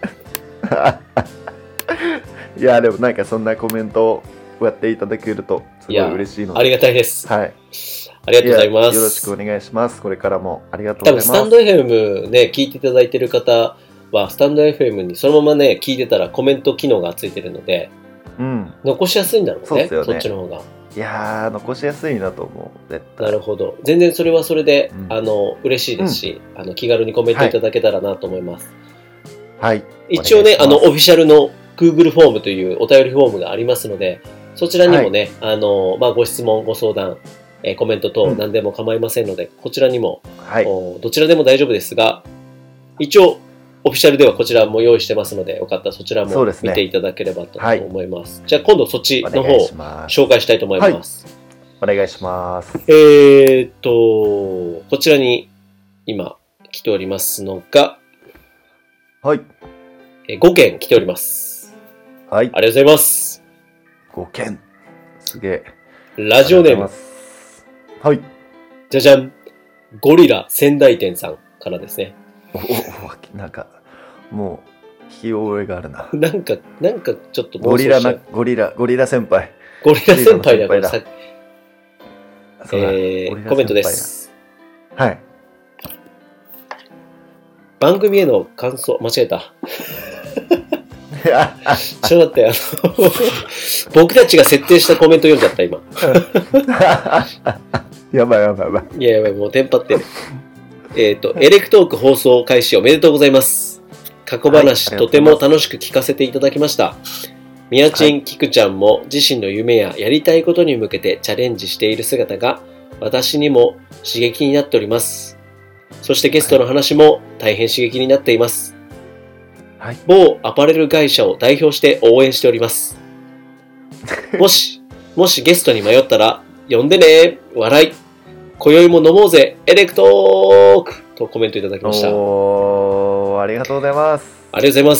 いやでもなんかそんなコメントをやっていただけるとすごい嬉しいので。 ありがたいです。 はい。 ありがとうございます。 よろしくお願いします。これからもありがとうございます。 多分スタンド エフエム ね、聞いていただいている方は、スタンド エフエム にそのままね、聞いてたらコメント機能がついてるので、 うん、 残しやすいんだろうね。 そうですよね。 そっちの方が。 いやー、残しやすいなと思う。絶対。 なるほど。全然それはそれで、 うん、 あの、嬉しいですし、うん、あの、気軽にコメントいただけたらなと思います。 はい。 一応ね、あの、オフィシャルの Google フォームというお便りフォームがありますので、そちらにもね、はい、あの、まあ、ご質問、ご相談、えー、コメント等何でも構いませんので、うん、こちらにも、はい、どちらでも大丈夫ですが、一応、オフィシャルではこちらも用意してますので、よかったらそちらも見ていただければと思います。すね、はい、じゃあ今度そっちの方を紹介したいと思います。 はい、お願いします。 えーっと、こちらに今来ておりますのが、 はい。 ごけん来ております。 はい。 ありがとうございます。 ごけん。すげえ。 ラジオネーム。 はい。 じゃじゃん。ゴリラ仙台店さんからですね。 おお、なんかもう聞き覚えがあるな。 なんかなんかちょっとゴリラなゴリラゴリラ先輩。 ゴリラ先輩だからさ。えー、コメントです。 はい。 番組への感想間違えた。ちょっと待って、あの僕たちが設定したコメント読んじゃった今。 やばいやばいやばい。 いややばい、もうテンパってる。えっと、エレクトーク放送開始おめでとうございます。過去話、はい、とても楽しく聞かせていただきました。みやちん、はい、きくちゃんも自身の夢ややりたいことに向けてチャレンジしている姿が私にも刺激になっております。そしてゲストの話も大変刺激になっています。はい、某アパレル会社を代表して応援しております。もし、もしゲストに迷ったら呼んでね、笑い。今宵も飲もうぜエレクトークとコメントいただきました。 おー、ありがとうございます。 ありがとうございます。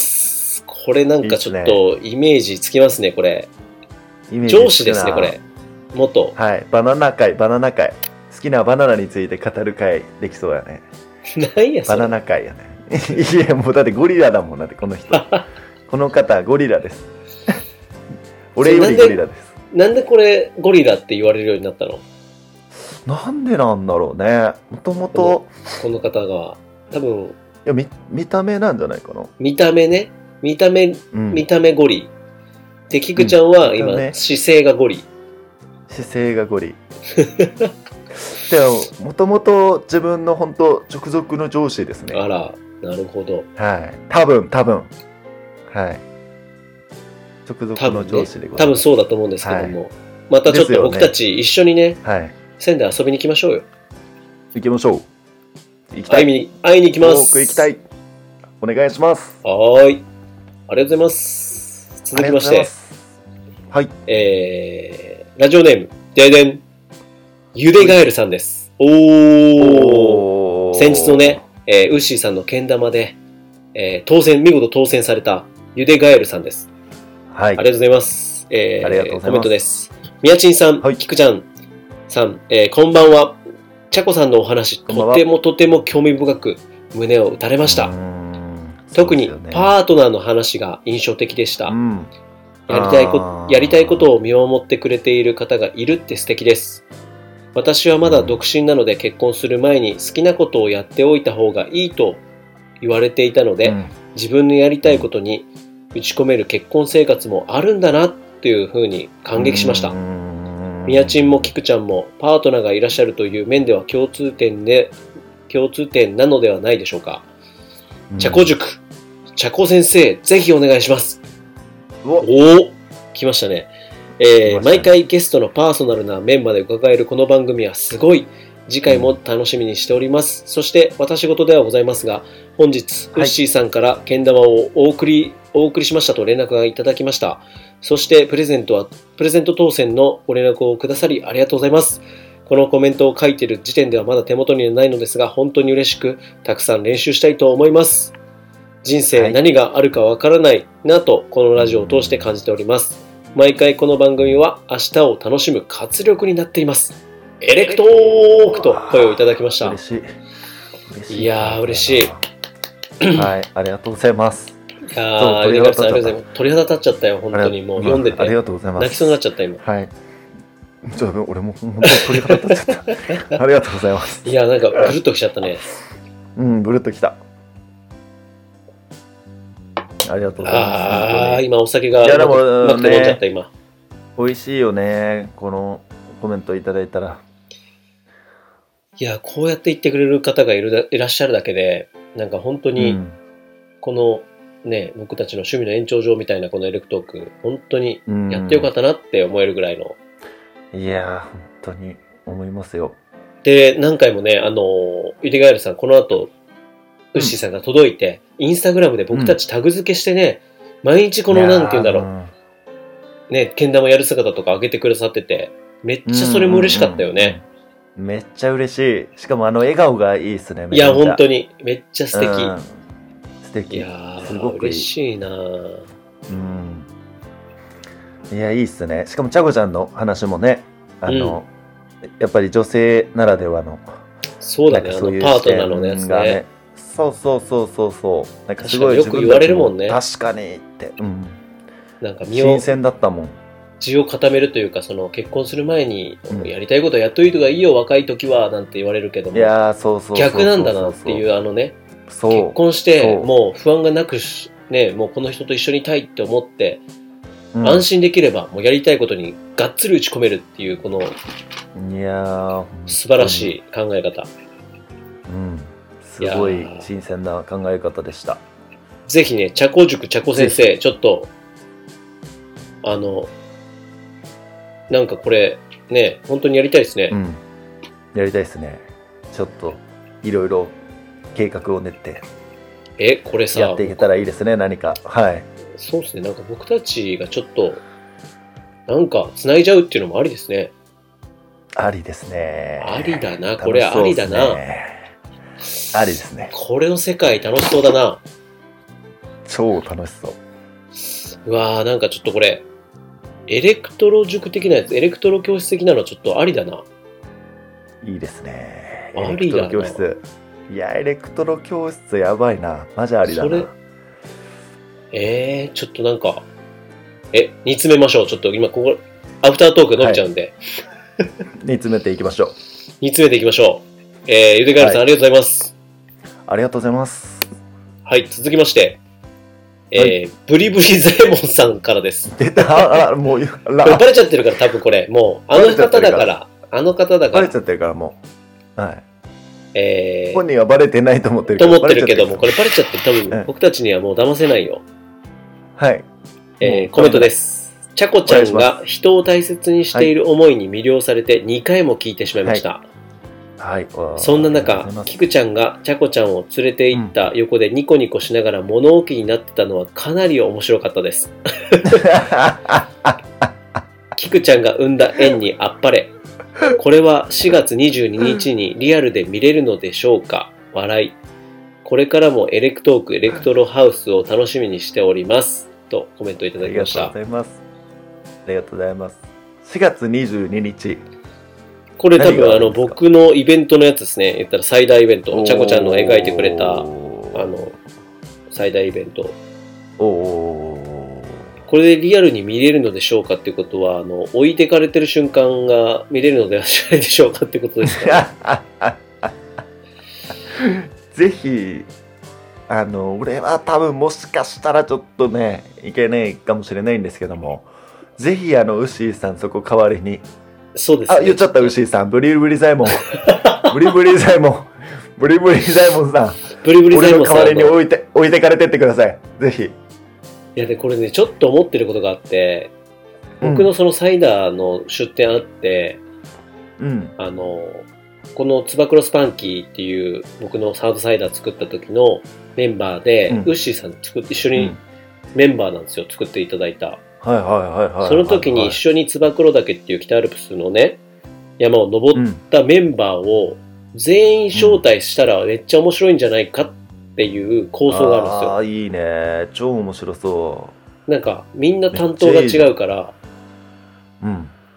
これなんかちょっとイメージつきますね、これ。上司ですね、これ。元。 はい、バナナ会、バナナ会。好きなバナナについて語る会できそうやね。 何やそれ。 バナナ会やね。いや、もうだってゴリラだもんなって、この人。この方、ゴリラです。俺よりゴリラです。 なんでこれゴリラって言われるようになったの？ なんでなんだろうね。もともとこの方が多分いや 見, 見た目なんじゃないかな。 見た目ね、見た目、うん、見た目ゴリで、キクちゃんは今、うん、姿勢がゴリ。 姿勢がゴリ。でももともと自分の本当直属の上司ですね。 あら、なるほど。 はい。多分多分はい。直属の上司でございます。 多分そうだと思うんですけども、はい、またちょっと僕たち一緒にね。はい。仙台遊びに行きましょうよ。 行きましょう。行きたい。 会いに、会いに行きます。 僕行きたい。お願いします。 はーい。ありがとうございます。続きまして。 はい。 えー、ラジオネーム、ででん。ゆでガエルさんです。おー。おー先日のね、えー、ウッシーさんのけん玉で、えー、当選、見事当選されたゆでガエルさんです。はい。ありがとうございます。えー、 ありがとうございます。 コメントです。みやちんさん、はい、きくちゃん、さん、えー、こんばんは。ちゃこさんのお話、とてもとても興味深く胸を打たれました。特にパートナーの話が印象的でした。うん、やりたいこ、やりたいことを見守ってくれている方がいるって素敵です。私はまだ独身なので結婚する前に好きなことをやっておいた方がいいと言われていたので、うん、自分のやりたいことに打ち込める結婚生活もあるんだなっていうふうに感激しました。みやちんもきくちゃんもパートナーがいらっしゃるという面では共通点で共通点なのではないでしょうか。ちゃこ塾、ちゃこ先生、ぜひお願いします。おお、来ましたね。えー、毎回ゲストのパーソナルな面まで伺えるこの番組はすごい。次回も楽しみにしております。うん、そして私事ではございますが、本日、はい、ウッシーさんからけん玉をお送りお送りしましたと連絡がいただきました。そしてプレゼントはプレゼント当選のご連絡をくださりありがとうございます。このコメントを書いている時点ではまだ手元にはないのですが、本当に嬉しくたくさん練習したいと思います。人生何があるかわからないなとこのラジオを通して感じております。毎回この番組は明日を楽しむ活力になっています。 エレクトークと声をいただきました。 嬉しい。嬉しい。 いやー、嬉しい。 はい、ありがとうございます。 いやー、エレガルさん、ありがとうございます。鳥肌立っちゃったよ、本当に。もう読んでて。 ありがとうございます。 泣きそうになっちゃった、今。 はい。ちょっと俺も本当に鳥肌立っちゃった。ありがとうございます。 いやー、なんかブルッときちゃったね。 うん、ブルッときた。ありがとうございます。 ああ、今お酒がうまくて飲んじゃった、今。 美味しいよね、このコメントいただいたら。 いや、こうやって言ってくれる方がいるいらっしゃるだけで、なんか本当に、このね、僕たちの趣味の延長上みたいなこのエレクトーク、本当にやってよかったなって思えるぐらいの。 うん、いやー、本当に思いますよ。 で、何回もね、あの、ゆでガエルさん、この後、ウッシーさんが届いて、うん、インスタグラムで僕たちタグ付けしてね、うん、毎日この、なんて言うんだろう、うん、ね、けん玉やる姿とか上げてくださってて、めっちゃそれも嬉しかったよね。 うんうんうんうん、めっちゃ嬉しい。しかもあの笑顔がいいですね。 いや、本当に、めっちゃ素敵。うん、 素敵。 いやー、すごく嬉しいな。うん。 いや、いいっすね。しかも、ちゃこちゃんの話もね、あの、うん、やっぱり女性ならではの、 そうだね、あのパートナーのやつね。 そうそうそうそうそう。なんかすごいよく言われるもんね。 確かにって。うん。 なんか身を新鮮だったもん。 血を固めるというか、その結婚する前に、うん、やりたいことやっといた方がいいよ、若い時はなんて言われるけども。 いやー、そうそうそうそうそう。 逆なんだなっていうあのね。 そう結婚してもう不安がなくしね、もうこの人と一緒にいたいって思って、うん、安心できればもうやりたいことにがっつり打ち込めるっていうこのいや素晴らしい考え方。 うん、すごい新鮮な考え方でした。 ぜひね、茶子塾茶子先生、ちょっとあのなんかこれね、本当にやりたいですね。 うん、やりたいですね。ちょっといろいろ計画を練ってえこれさやっていけたらいいですね。何かはい。 そうですね。なんか僕たちがちょっとなんか繋いじゃうっていうのもありですね。 ありですね。 ありだな。これありだな。 ありですね。 これの世界楽しそうだな。 超楽しそう。 うわー、なんかちょっとこれエレクトロ塾的なやつ、エレクトロ教室的なのちょっとありだな。 いいですね。 ありだな。 エレクトロ教室。いや、エレクトロ教室やばいな。マジありだな。それえー、ちょっとなんか、え、煮詰めましょう。ちょっと今ここ、アフタートーク伸びちゃうんで。 はい、煮詰めていきましょう。 煮詰めていきましょう。えー、ゆでがえるさん、はい、ありがとうございます。 ありがとうございます。 はい、続きまして、えーはい、ブリブリザエモンさんからです。 出た、あ、もう、これバレちゃってるから、多分これ、もう、あの方だから、あの方だから。 バレちゃってるから、もう。はい。 えー、 本人はバレてないと思ってるけど。と思ってるけども、これバレちゃって多分、僕たちにはもう騙せないよ。 はい。 えー、コメントです。ちゃこちゃんが人を大切にしている思いに魅了されてにかいも聞いてしまいました。はいはい、 そんな中、キクちゃんがちゃこちゃんを連れて行った横でニコニコしながら物置になってたのはかなり面白かったです。キクちゃんが生んだ縁にあっぱれ。これはしがつにじゅうににちにリアルで見れるのでしょうか？笑い。これからもエレクトーク、エレクトロハウスを楽しみにしております。とコメントいただきました。 ありがとうございます。ありがとうございます。しがつにじゅうににち。 これ多分あの僕のイベントのやつですね。言ったら最大イベント。ちゃこちゃんの描いてくれたあの最大イベント。おこれでリアルに見れるのでしょうかっていうことは、あの置いてかれてる瞬間が見れるのではないでしょうかってことですか、ね、 ぜひ、あの俺は多分もしかしたらちょっとねいけないかもしれないんですけども、ぜひあのウッシーさんそこ代わりに。 そうですね。 あ、言っちゃった、牛井さん。ブリブリザイモン。ブリブリザイモン。ブリブリザイモンさん。 ブリブリザイモンさん。 俺の代わりに置いて、置いてかれてってください。ぜひ。 いや、で、これね、ちょっと思ってることがあって、僕のそのサイダーの出店あって、うん、あの、このつば九郎スパンキーっていう僕のハードサイダー作った時のメンバーで、うん、ウッシーさん作って一緒にメンバーなんですよ、作っていただいた。 はいはいはいはい。 その時に一緒につば九郎岳っていう北アルプスのね、山を登ったメンバーを全員招待したらめっちゃ面白いんじゃないかっていう構想があるんですよ。 ああ、いいね。超面白そう。 なんかみんな担当が違うから、 うん。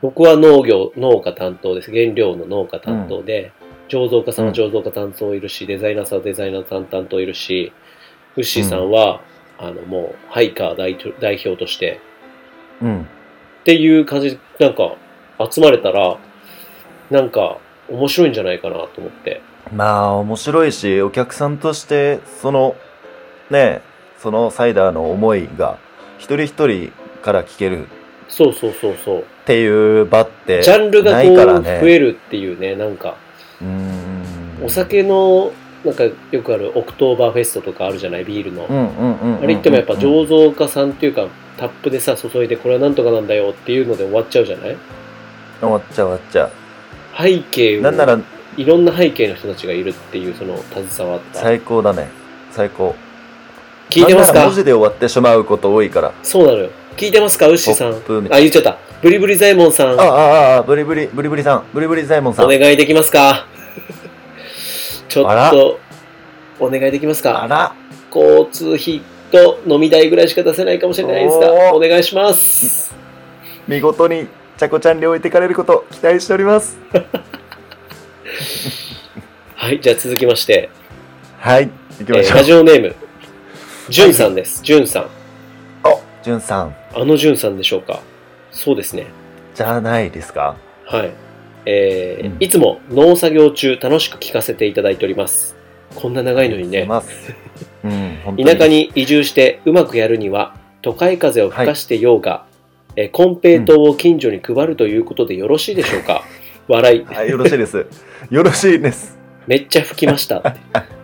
僕は農業、農家担当です。原料の農家担当で、うん、醸造家さんは醸造家担当いるし、デザイナーさんはデザイナーさん担当いるし、ウッシーさんは、うん、あのもうハイカー 代, 代表として、 うん、 っていう感じで、なんか集まれたら、なんか面白いんじゃないかなと思って。 まあ面白いし、お客さんとしてそのね、そのサイダーの思いが一人一人から聞ける。 そうそうそうそう。 っていう場ってジャンルがこうないからね。 増えるっていうね、なんか。 うーん。 お酒のなんかよくあるオクトーバーフェストとかあるじゃない、ビールの。あれ言ってもやっぱ醸造家さんっていうかタップでさ注いでこれはなんとかなんだよっていうので終わっちゃうじゃない。 終わっちゃう終わっちゃう。 背景をなんならいろんな背景の人たちがいるっていうその携わった。 最高だね。最高。 聞いてますか？ 文字で終わってしまうこと多いから。 そうなのよ。聞いてますか、ウッシーさん。あ、言っちゃった。ブリブリザイモンさん。 あああ、ブリブリ、ブリブリさん。ブリブリザイモンさん。 お願いできますか？ちょっと、お願いできますか？ あら。 交通費と飲み代ぐらいしか出せないかもしれないですが、お願いします。 見事に、ちゃこちゃんに置いてかれること、期待しております。 はい、じゃあ続きまして。 はい、行きましょう。えー、 ラジオネーム、じゅんさんです。じゅんさん。 あ、じゅんさん。 あのじゅんさんでしょうか。そうですね。 じゃないですか。 はい。えーうん、いつも農作業中楽しく聞かせていただいております。こんな長いのにね。 うん、 田舎に移住してうまくやるには都会風を吹かしてようが、はい、えコンペイトーを近所に配るということでよろしいでしょうか。うん、笑い。 はい、よろしいです。よろしいです。 めっちゃ吹きました。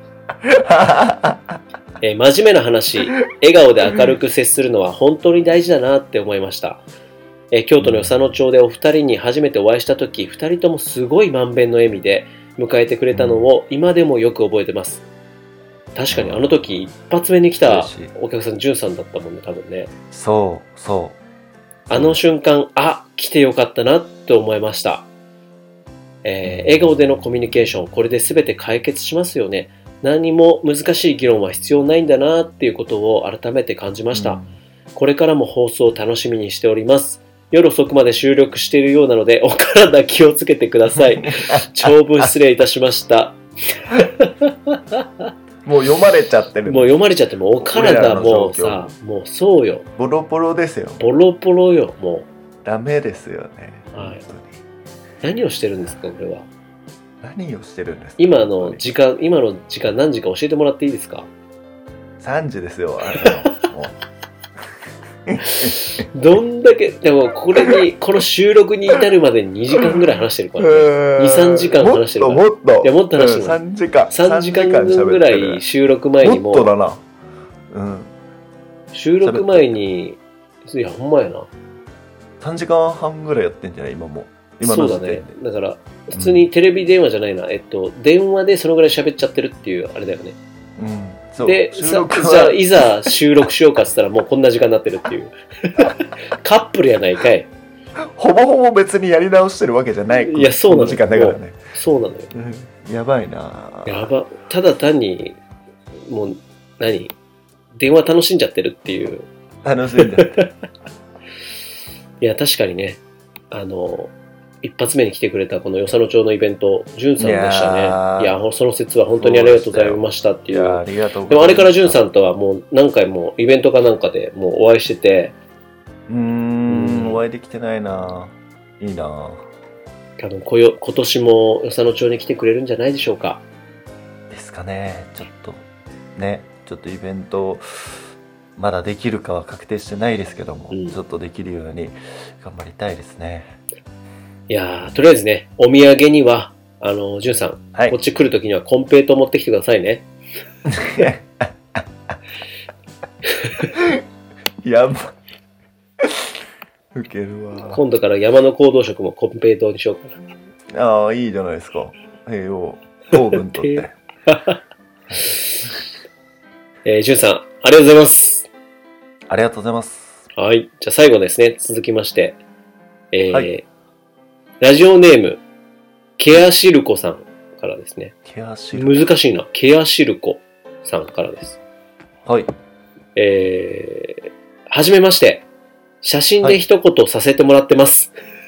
え真面目な話、笑顔で明るく接するのは本当に大事だなって思いました。え京都の与謝野町でお二人に初めてお会いしたとき、二人ともすごい満遍の笑みで迎えてくれたのを今でもよく覚えてます。確かにあの時一発目に来たお客さん、じゅんさんだったもんね、多分ね。 そうそうあの瞬間、あ、来てよかったなって思いました。えー、笑顔でのコミュニケーション、これで全て解決しますよね。何も難しい議論は必要ないんだなっていうことを改めて感じました。うん、これからも放送を楽しみにしております。夜遅くまで収録しているようなので、お体気をつけてください。長文失礼いたしました。 もう読まれちゃってる。 もう読まれちゃって、もうお体もうさ、もうそうよ。 ボロボロですよ。 ボロボロよ、もう。 ダメですよね。 はい。何をしてるんですか、これは。 何をしてるんですか。 今の時間、今の時間何時か教えてもらっていいですか。 さんじですよ。あのもうどんだけ、でもこれに、この収録に至るまでににじかんぐらい話してるからね。に、さんじかん話してるから。 もっと、もっと。 いや、もっと話してる。 さんじかん。 さんじかんぐらい収録前にも。 もっとだな。うん。 収録前に、いや、ほんまやな。 さんじかんはんぐらいやってんじゃない今も。今そうだね。だから、普通にテレビ電話じゃないな。うん、えっと、電話でそのぐらい喋っちゃってるっていう、あれだよね。 うん。 で、じゃあ、いざ収録しようかっつったらもうこんな時間になってるっていう。カップルやないかい。 ほぼほぼ別にやり直してるわけじゃない。 いや、そうなの。 時間だからね。 そうなのよ。 うん、やばいな。 やば。ただ単に、もう、何電話楽しんじゃってるっていう。 楽しんじゃってる。 いや、確かにね、あの、一発目に来てくれたこの与謝野町のイベント、じゅんさんでしたね。いや、いやその説は本当にありがとうございましたっていう。いや、ありがとうございます。でもあれからじゅんさんとはもう何回もイベントかなんかでもうお会いしてて。 うーん、お会いできてないな。いいな。 多分こよ今年も与謝野町に来てくれるんじゃないでしょうか。 ですかね。ちょっと、ね、ちょっとイベント、まだできるかは確定してないですけども、うん、ちょっとできるように頑張りたいですね。 いやー、とりあえずね、お土産には、あの、じゅんさん、はい、こっち来るときにはコンペイト持ってきてくださいね。 やば。ウケるわ。 今度から山の行動食もコンペイトにしようかな。ああ、いいじゃないですか。栄養、糖分とって。 えー、じゅんさん、ありがとうございます。 ありがとうございます。 はい。じゃあ最後ですね、続きまして。えーはいラジオネーム、ケアシルコさんからですね。 ケアシルコ難しいな。ケアシルコさんからです。 はい。 えー、はじめまして。写真で一言させてもらってます。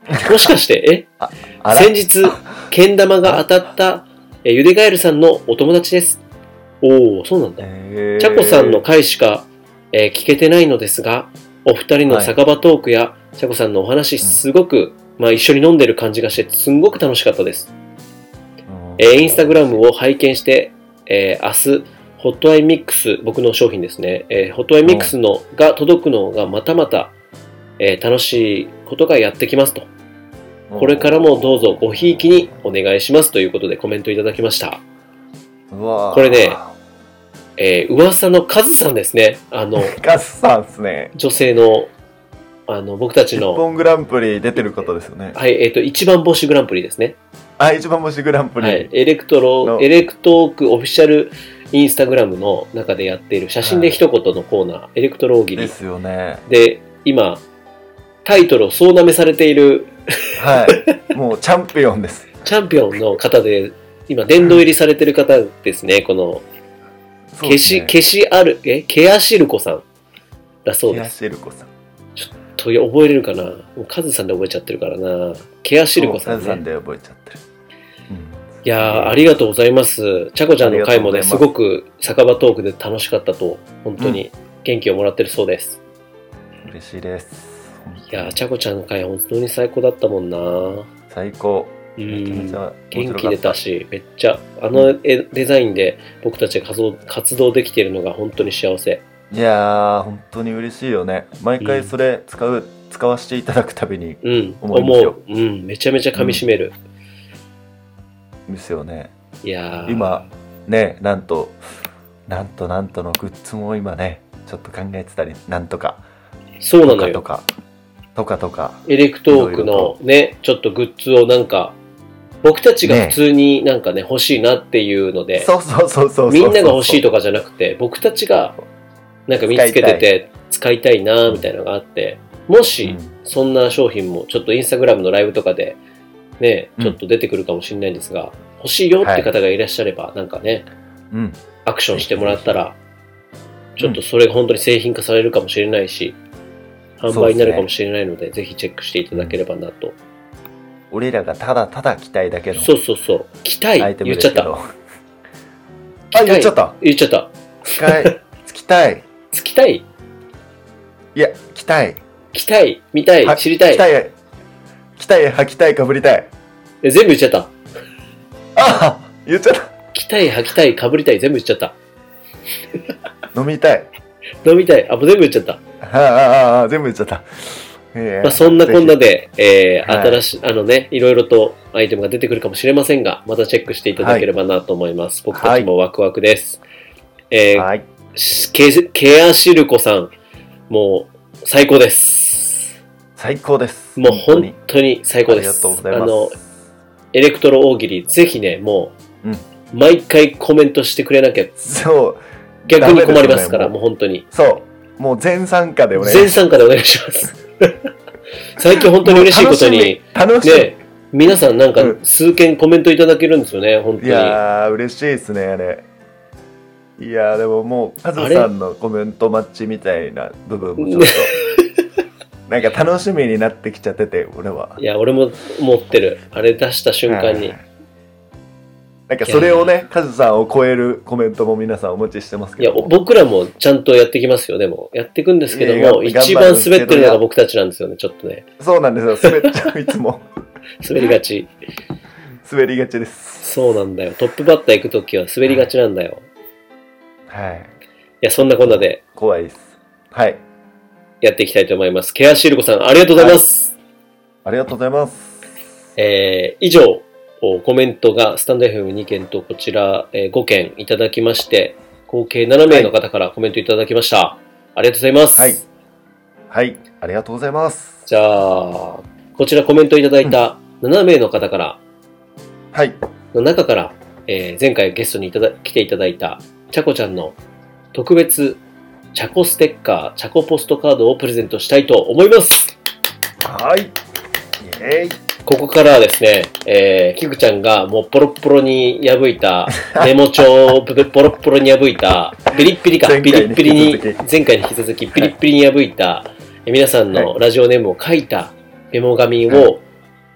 もしかして、えあら先日、けん玉が当たった、えゆでガエルさんのお友達です。おー、そうなんだ。 えー、 ちゃこさんの回しか、えー聞けてないのですが、お二人の酒場トークや、ちゃこさんのお話、すごく、まあ一緒に飲んでる感じがして、すんごく楽しかったです。 うんえーインスタグラムを拝見して、えー明日、ホットアイミックス、僕の商品ですね、えーホットアイミックスのが届くのがまたまた、えー楽しいことがやってきますと。これからもどうぞごひいきにお願いしますということでコメントいただきました。 うわーこれね、えー噂のカズさんですね。あの、 ガスさんですね。 女性の、あの、僕たち日の、 本グランプリ出てることですよね。 はい、えっ、と、一番星グランプリですね。 あ、一番星グランプリ。 はい、エレクトロ、 のエレクトークオフィシャルインスタグラムの中でやっている写真で一言のコーナー、エレクトロ大喜利ですよね。 で、今、タイトルを総なめされているはい。もうチャンピオンです。 チャンピオンの方で、今、殿堂入りされてる方ですね。この、 そうですねケシ、ケシある、えケアシルコさんだそうケアです。 シルコさん。 と覚えれるかなもうカズさんで覚えちゃってるからな。ケアシルコさんね。 カズさんで覚えちゃってる。うん、 いやー、ありがとうございます。ちゃこちゃんの回もね、すごく酒場トークで楽しかったと、本当に元気をもらってるそうです。 嬉しいです。 いやー、ちゃこちゃんの回本当に最高だったもんな。 最高。 うめちゃめんちゃ元気出たし、めっちゃ、あの絵デザインで僕たちが活動活動できているのが本当に幸せ。 いやー、本当に嬉しいよね。毎回それ使う、使わせていただくたびにうん、 思いますよ。 う。うん、めちゃめちゃ噛み締める。 ですよね。 いやー、 今、ね、なんと、なんとなんとのグッズも今ね、ちょっと考えてたり、なんとか、 そうなのよ。 とか、とかとか。 エレクトークのね、ちょっとグッズをなんか、僕たちが普通になんかね、欲しいなっていうので、 そうそうそうそうそう。 みんなが欲しいとかじゃなくて、僕たちがなんか見つけてて使いたいなみたいなのがあって、もしそんな商品もちょっとインスタグラムのライブとかでね、ちょっと出てくるかもしれないんですが、欲しいよって方がいらっしゃれば、なんかね、 うん、 アクションしてもらったら、ちょっとそれが本当に製品化されるかもしれないし、販売になるかもしれないので、ぜひチェックしていただければなと。 俺らがただただ着たいだけのそうそうそう。着たいアイテム言っちゃった。 ですけど。あ、言っちゃった。 言っちゃった。 着たい。着たい。 着きたいいや、着たい。 着たい見たいは知りたい着たい。着たい、履きたい、かぶりたい。 え全部言っちゃった。 あ言っちゃっ着たい履きたいかぶりたい全部言っちゃった。 た。飲みたい。 飲みたい。あ、もう全部言っちゃった。 ああああ全部言っちゃった。えーまあ、そんなこんなで、えーはい新しい、あのね、いろいろとアイテムが出てくるかもしれませんが、またチェックしていただければなと思います。僕たちもワクワクです。えーはい。 ケケアシルコさん、もう最高です。 最高です。 もう本当に本当に最高です。 ありがとうございます。 あの、エレクトロ大喜利、ぜひね、もう、 うん毎回コメントしてくれなきゃそう。 逆に困りますから、 ダメですよねもう本当に。 そう。もう全参加でお願いし全ます。 参加でお願いします。最近本当に嬉しいことに、 楽しみ。 ね、皆さんなんかうん数件コメントいただけるんですよね、本当いに。 やー、嬉しいですね、あれ。いやー、でももう、カズさんのコメントマッチみたいな部分もちょっと、なんか楽しみになってきちゃってて、俺は。 いや、俺も持ってる。あれ出した瞬間にはい。なんかそれをね、カズさんを超えるコメントも皆さんお持ちしてますけいや、 ど。 僕らもちゃんとやってきますよ、でも。やっていくんですけども、 いや一番滑ってるのが僕たちなんですよね、ちょっとね。 そうなんですよ、滑っちゃう、いつも。 滑りがち。 滑りがちです。 そうなんだよ。トップバッター行くときは滑りがちなんだよ。 はい。 いや、そんなこんなで怖いです。はい。 やっていきたいと思います。ケアシルコさん、ありがとうございます。 ありがとうございます。 えー以上、コメントがスタンド エフエムに 件とこちら、えーご件いただきまして、合計なな名の方からコメントいただきました。ありがとうございます。 はい。はい。ありがとうございます。 じゃあ、こちらコメントいただいたなな名の方からはい。 の中から、えー前回ゲストにいただ来ていただいたちゃこちゃんの特別チャコステッカー、チャコポストカードをプレゼントしたいと思います。 はい。イエーイ。 ここからはですね、えー、キクちゃんがもうポロッポロに破いた、メモ帳をポロッポロに破いた、ピリッピリか、ピリッピリに、前回に引き続きピリッピリに破いた、え皆さんのラジオネームを書いたメモ紙を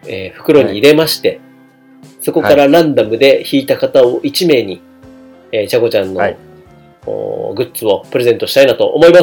えー袋に入れまして、はい、そこからランダムで引いた方をいち名に、えー、ちゃこちゃんの、はい、グッズをプレゼントしたいなと思います。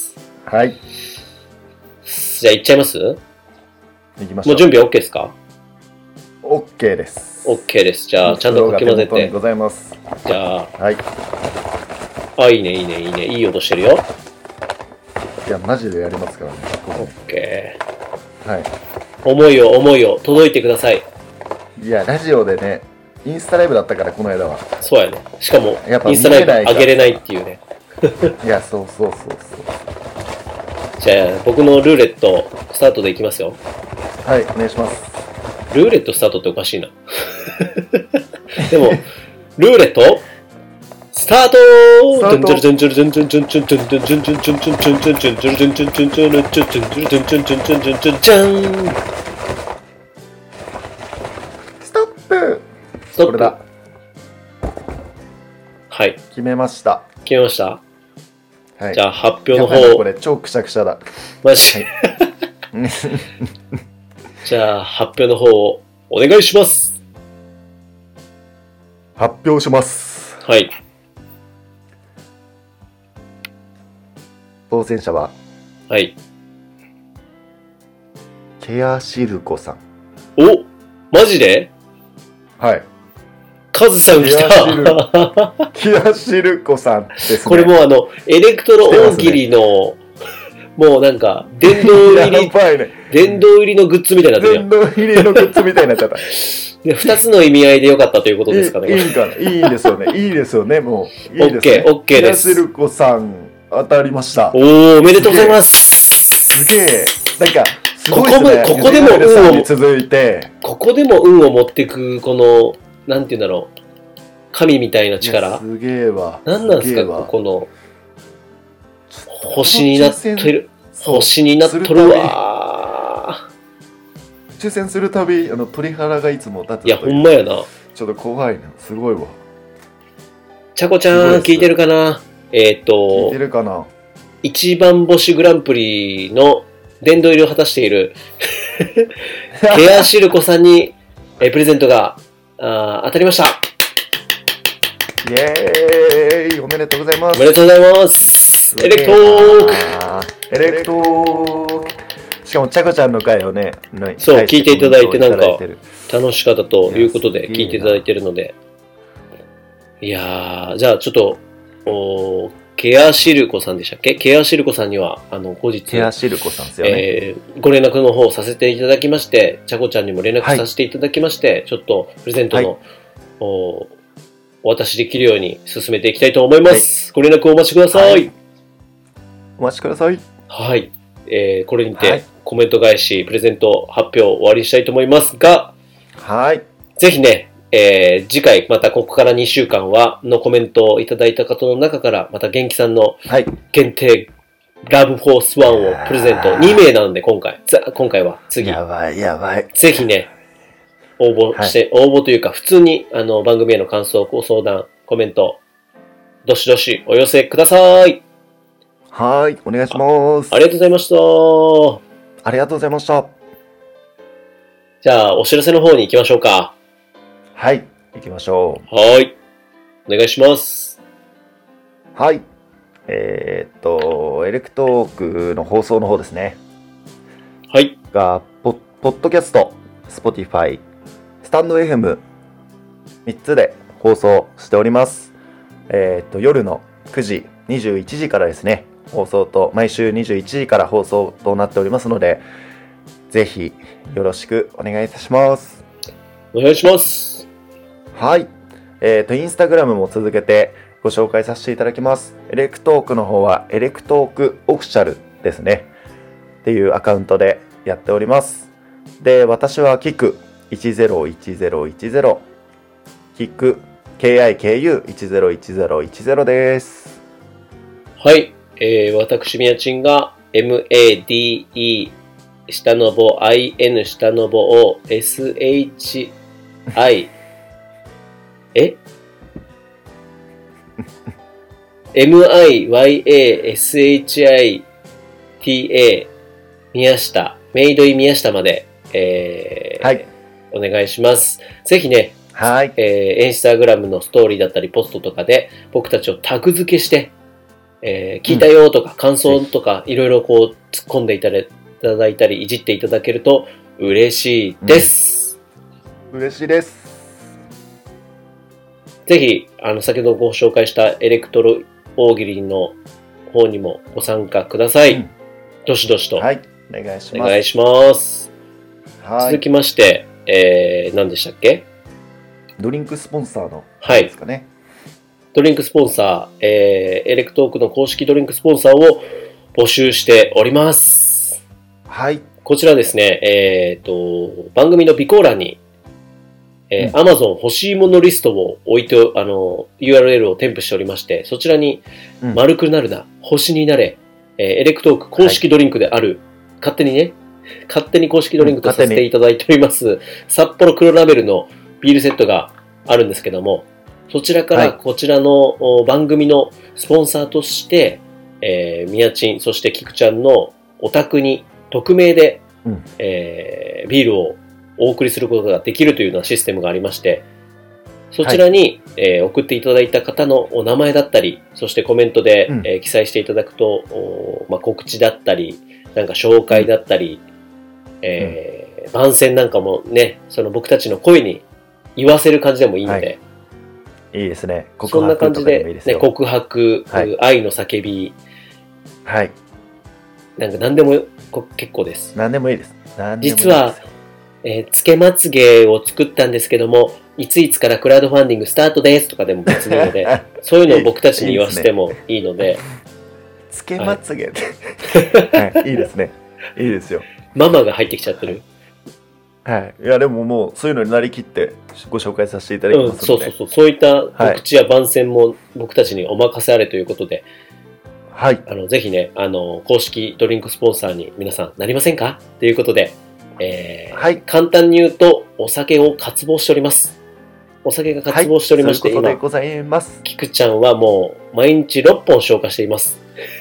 はい。 じゃあ行っちゃいます？行きましょう。 もう準備は OK ですか？ OK です。 OK です。じゃあちゃんとかき混ぜて。 ございます。 じゃあ、 はい。 あ、いいねいいねいいね。いい音してるよ。 いや、マジでやりますからね。 OK。 はい。 思いを思いを届いてください。 いや、ラジオでね、インスタライブだったから、この間は。 そうやね。しかも、 やっぱインスタライブ上げれないっていうね。 いや、そうそうそうそう。 じゃあ、僕のルーレット、スタートでいきますよ。 はい、お願いします。 ルーレットスタートっておかしいな。でも、ルーレット、スタートストップストップ。 これだ。 はい。 決めました。 決めました。 はい。 じゃあ発表の方。 これ超くしゃくしゃだ。 マジ。じゃあ発表の方をお願いします。 発表します。 はい。 当選者は、 はい。 ケアシルコさん。 お、マジで？ はい。 カズさん来た。 ケアシルコさんですね。 これもうあのエレクトロ大喜利の、ね、もうなんか殿堂入り、ね、殿堂入りのグッズみたいになってるやん。 殿堂入りのグッズみたいになっちゃった。 二つの意味合いでよかったということですかね。 いい、いいかな。いいんですよね。いいですよね。もういいですね。オッケー、オッケーです。 ケアシルコさん当たりました。 おー、おめでとうございます。 すげえ。なんかすごいですね。ここでも運を続いて、 ここでも運を持っていくこのなんていうんだろう。神みたいな力。 すげえわ。 何なんですかここの星になってる。星になっとるわ。 抽選するたびあの鳥肌がいつも立つ。 いやほんまやな。 ちょっと怖いな。すごいわ。 ちゃこちゃん聞いてるかな。えっ、ー、と聞いてるかな。 一番星グランプリの殿堂入りを果たしているケアシルコさんにえプレゼントがあ当たりました。 イエーイ、おめでとうございます。 おめでとうございます。エレクトークエレクトークしかもちゃこちゃんの回をね、 そう聞いていただいてなんか楽しかったということで聞いていただいているので、いやーじゃあちょっとおケアシルコさんでしたっけ？ケアシルコさんにはあの後日ケアシルコさんですよね、 えー、ご連絡の方をさせていただきまして、ちゃこちゃんにも連絡させていただきまして、はい、ちょっとプレゼントの、はい、おお渡しできるように進めていきたいと思います。はい、ご連絡をお待ちください。はい、 お待ちください。 はい、えー、これにてコメント返し、プレゼント発表終わりにしたいと思いますが、 はい、 ぜひね、えー、次回またここからにしゅうかんはのコメントをいただいた方の中からまた元気さんの限定ラブフォースワンをプレゼントに名なので今回今回は次やばいやばいぜひね応募して、はい、応募というか普通にあの番組への感想ご相談コメントどしどしお寄せください。 はいお願いします。 あ, ありがとうございました。 ありがとうございました。 じゃあお知らせの方に行きましょうか。 はい、行きましょう。はい。お願いします。 はい。えー、っと、エレクトークの放送の方ですね。 はい。 が、ポッ、ポッドキャスト、Spotify、スタンド エフエム、みっつで放送しております。えー、っと、夜のくじ、にじゅういちじからですね、放送と、毎週にじゅういちじから放送となっておりますので、ぜひよろしくお願いいたします。 お願いします。 はい。えっと、インスタグラムも続けてご紹介させていただきます。エレクトークの方は、エレクトークオフィシャルですね。っていうアカウントでやっております。で、私はキクいちゼロいちゼロいちゼロ、キク、ケーアイケーユーいちゼロいちゼロいちゼロ です。 はい。えー、私、みやちんが エムエーディーイー 下のぼ アイエヌ 下のぼを エスエイチアイえ エムアイワイエーエスエイチアイティーエー 宮下、メイドイン宮下まで、ええーはい。 お願いします。ぜひね、 はい。 えー、インスタグラムのストーリーだったりポストとかで僕たちをタグ付けして、えー聞いたよとか感想とかいろいろこう突っ込んでいただいただいたりいじっていただけると嬉しいです。 嬉しいです。 ぜひ、あの、先ほどご紹介したエレクトロ大喜利の方にもご参加ください。 うんどしどしとおはい。お願いします。 願いします。 はい。 続きまして、えー、何でしたっけ？ ドリンクスポンサーのはいですかね。 ドリンクスポンサー、えー、エレクトークの公式ドリンクスポンサーを募集しております。 はい。 こちらですね、えーと、番組の備考欄に、えーうん Amazon 欲しいものリストを置いて、あの、ユーアールエル を添付しておりまして、そちらに、 うん丸くなるな、星になれ、えーエレクトーク公式ドリンクである、勝手にね、勝手に公式ドリンクとさせていただいております、札幌黒ラベルのビールセットがあるんですけども、そちらかはいらこちらのお番組のスポンサーとして、えー、みやちん、そしてきくちゃんのお宅に匿名で、 うんえービールをお送りすることができるというようなシステムがありまして、そちらに、えー送っていただいた方のお名前だったり、そしてコメントで、 うんえー記載していただくと、おまあ、告知だったり、なんか紹介だったり、えー番宣なんかもね、その僕たちの声に言わせる感じでもいいので、 いいですね。告そんな感じ白とかでもいいで、ね、 ですよ。 告白、 はい愛の叫び、 はい。 なんか何でもこ結構です。 何でもいいです。何でもいいです実は、えーつけまつげを作ったんですけども、いついつからクラウドファンディングスタートですとかでも別にいいので、そういうのを僕たちに言わせてもいいので、 つけまつげって、はい、いいですね。いいですよ。 ママが入ってきちゃってる。 はい。いや、でももう、そういうのになりきってご紹介させていただきうん、 ますので。 そうそうそう。そういった告知や番宣も僕たちにお任せあれということで、 はい。 あのぜひね、あの公式ドリンクスポンサーに皆さんなりませんかということで、えーはい。 簡単に言うとお酒を渇望しております。お酒が渇望しておりまして、 はい、そういう今ことでございます。 キクちゃんはもう毎日ろっぽん消化しています。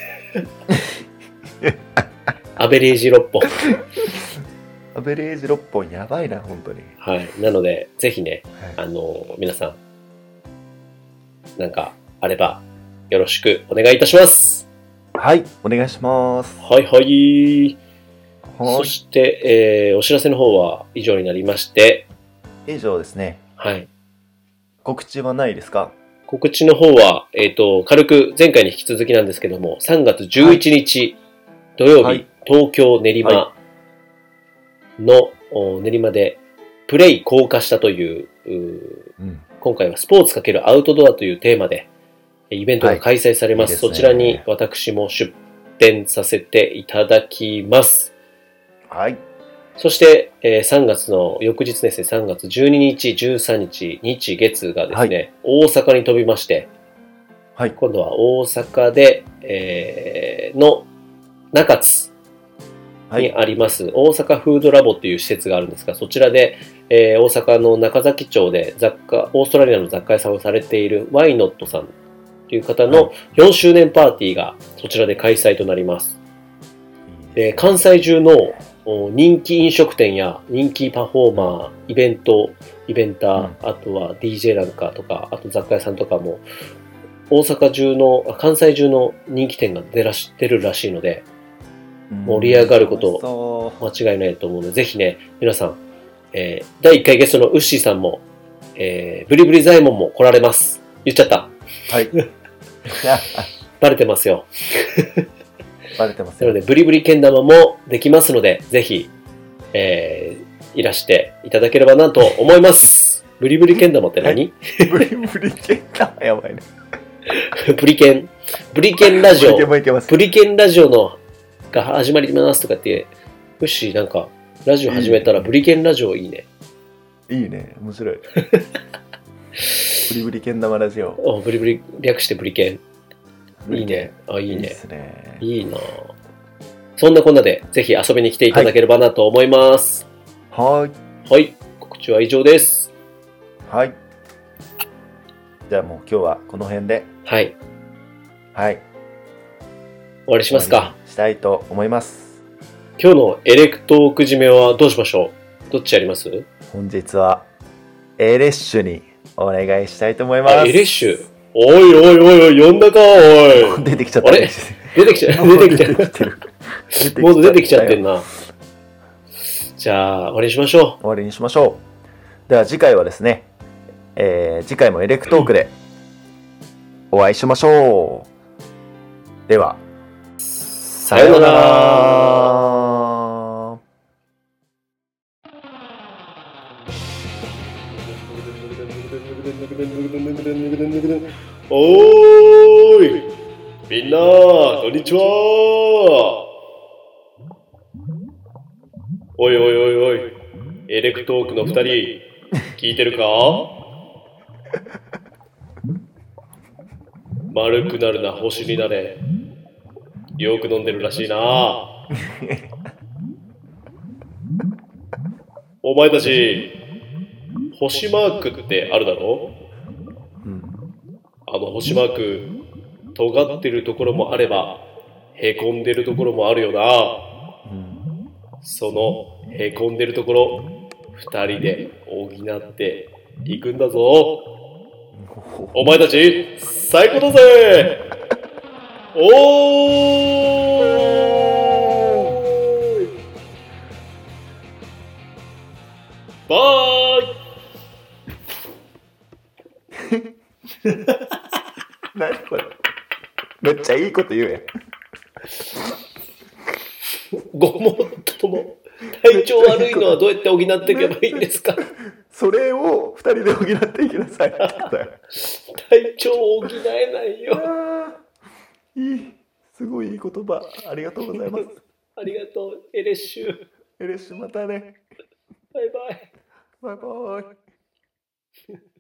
アベレージろっぽん。 アベレージろっぽんやばいな、本当に。 はい。なので、ぜひね、 はいあの、皆さん、なんかあればよろしくお願いいたします。 はい、お願いします。 はいはい。 はい。 そして、えーお知らせの方は以上になりまして、 以上ですね。 はい。 告知はないですか？ 告知の方は、えっ、と、軽く前回に引き続きなんですけども、さんがつじゅういちにち、土曜日、 はい東京練馬はの、お練馬でプレイ高架下という、うーうん。 今回はスポーツ×アウトドアというテーマでイベントが開催されます。 はいいいですねそちらに私も出展させていただきます。 はい。 そして、えーさんがつの翌日ですね、さんがつじゅうににち、じゅうさんにち、日月がですね、大阪に飛びまして、 はい。 今度は大阪で、えーの中津にはい。 あります、大阪フードラボっていう施設があるんですが、そちらで、えー大阪の中崎町で雑貨、オーストラリアの雑貨屋さんをされているワイノットさんという方はのよんしゅうねんパーティーがそちらで開催となります。で関西中のお人気飲食店や人気パフォーマー、イベント、イベンター、あとは ディージェー なんかとか、あと雑貨屋さんとかも、大阪中の、あ関西中の人気店が出らし出るらしいので、盛り上がることと。 間違いないと思うので、ぜひね、皆さん、えーだいいっかいゲストのウッシーさんも、えーブリブリザイモンも来られます。言っちゃった。 はい。 バレてますよ。 バレてますよ。 なので、ブリブリけん玉もできますので、ぜひ、えーいらしていただければなと思います。ブリブリけん玉って何、 ブリブリケンか。やばいね。 ブリケン。ブリケンラジオブリケン。もいけます。 ブリケンラジオのが始まりますとかって、ウッシーなんか、ラジオ始めたらブリケンラジオいいね。 いいね。面白い。ブリブリけん玉ラジオ。 おブリブリ、略してブリケン。 ブリケンいいね。あ、いいねいいで。すね。 いいなぁそんなこんなで、ぜひ遊びに来ていただければなと思います。 はい。 はい。告知は以上です。 はい。じゃあもう今日はこの辺で、 はい。 はい。 終わりしますか。 したいと思います。 今日のエレクトーク締めはどうしましょどっちやります？ 本日はエレッシュにお願いしたいと思います。 あ、エレッシュ。おいおいおいおい、呼んだかおい。 出てきちゃった。 あれ出てきちゃう。出てきちゃう。もう出てきちゃってんな。じゃあ、終わりにしましょう。 終わりにしましょう。では次回はですね、えー、次回もエレクトークでお会いしましょう。では、 さようなら。おーい、みんな、こんにちは。おいおいおいおい、エレクトークの二人、聞いてるか？丸くなるな、星になれ。よく飲んでるらしいな。お前たち、星マークってあるだろ？ うん、 あの星マーク、尖ってるところもあれば、へこんでるところもあるよな。 うん、そのへこんでるところ、二人で補っていくんだぞ。お前たち、最高だぜ。おーい。バーイ。 何これ、めっちゃいいこと言うやん。 ごもっとも、体調悪いのはどうやって補っていけばいいんですか？ それを二人で補っていきなさい。 体調を補えないよ。 いい、すごいいい言葉、ありがとうございます。 ありがとう、エレッシュ。 エレッシュ、またね。 バイバイ。 バイバイ。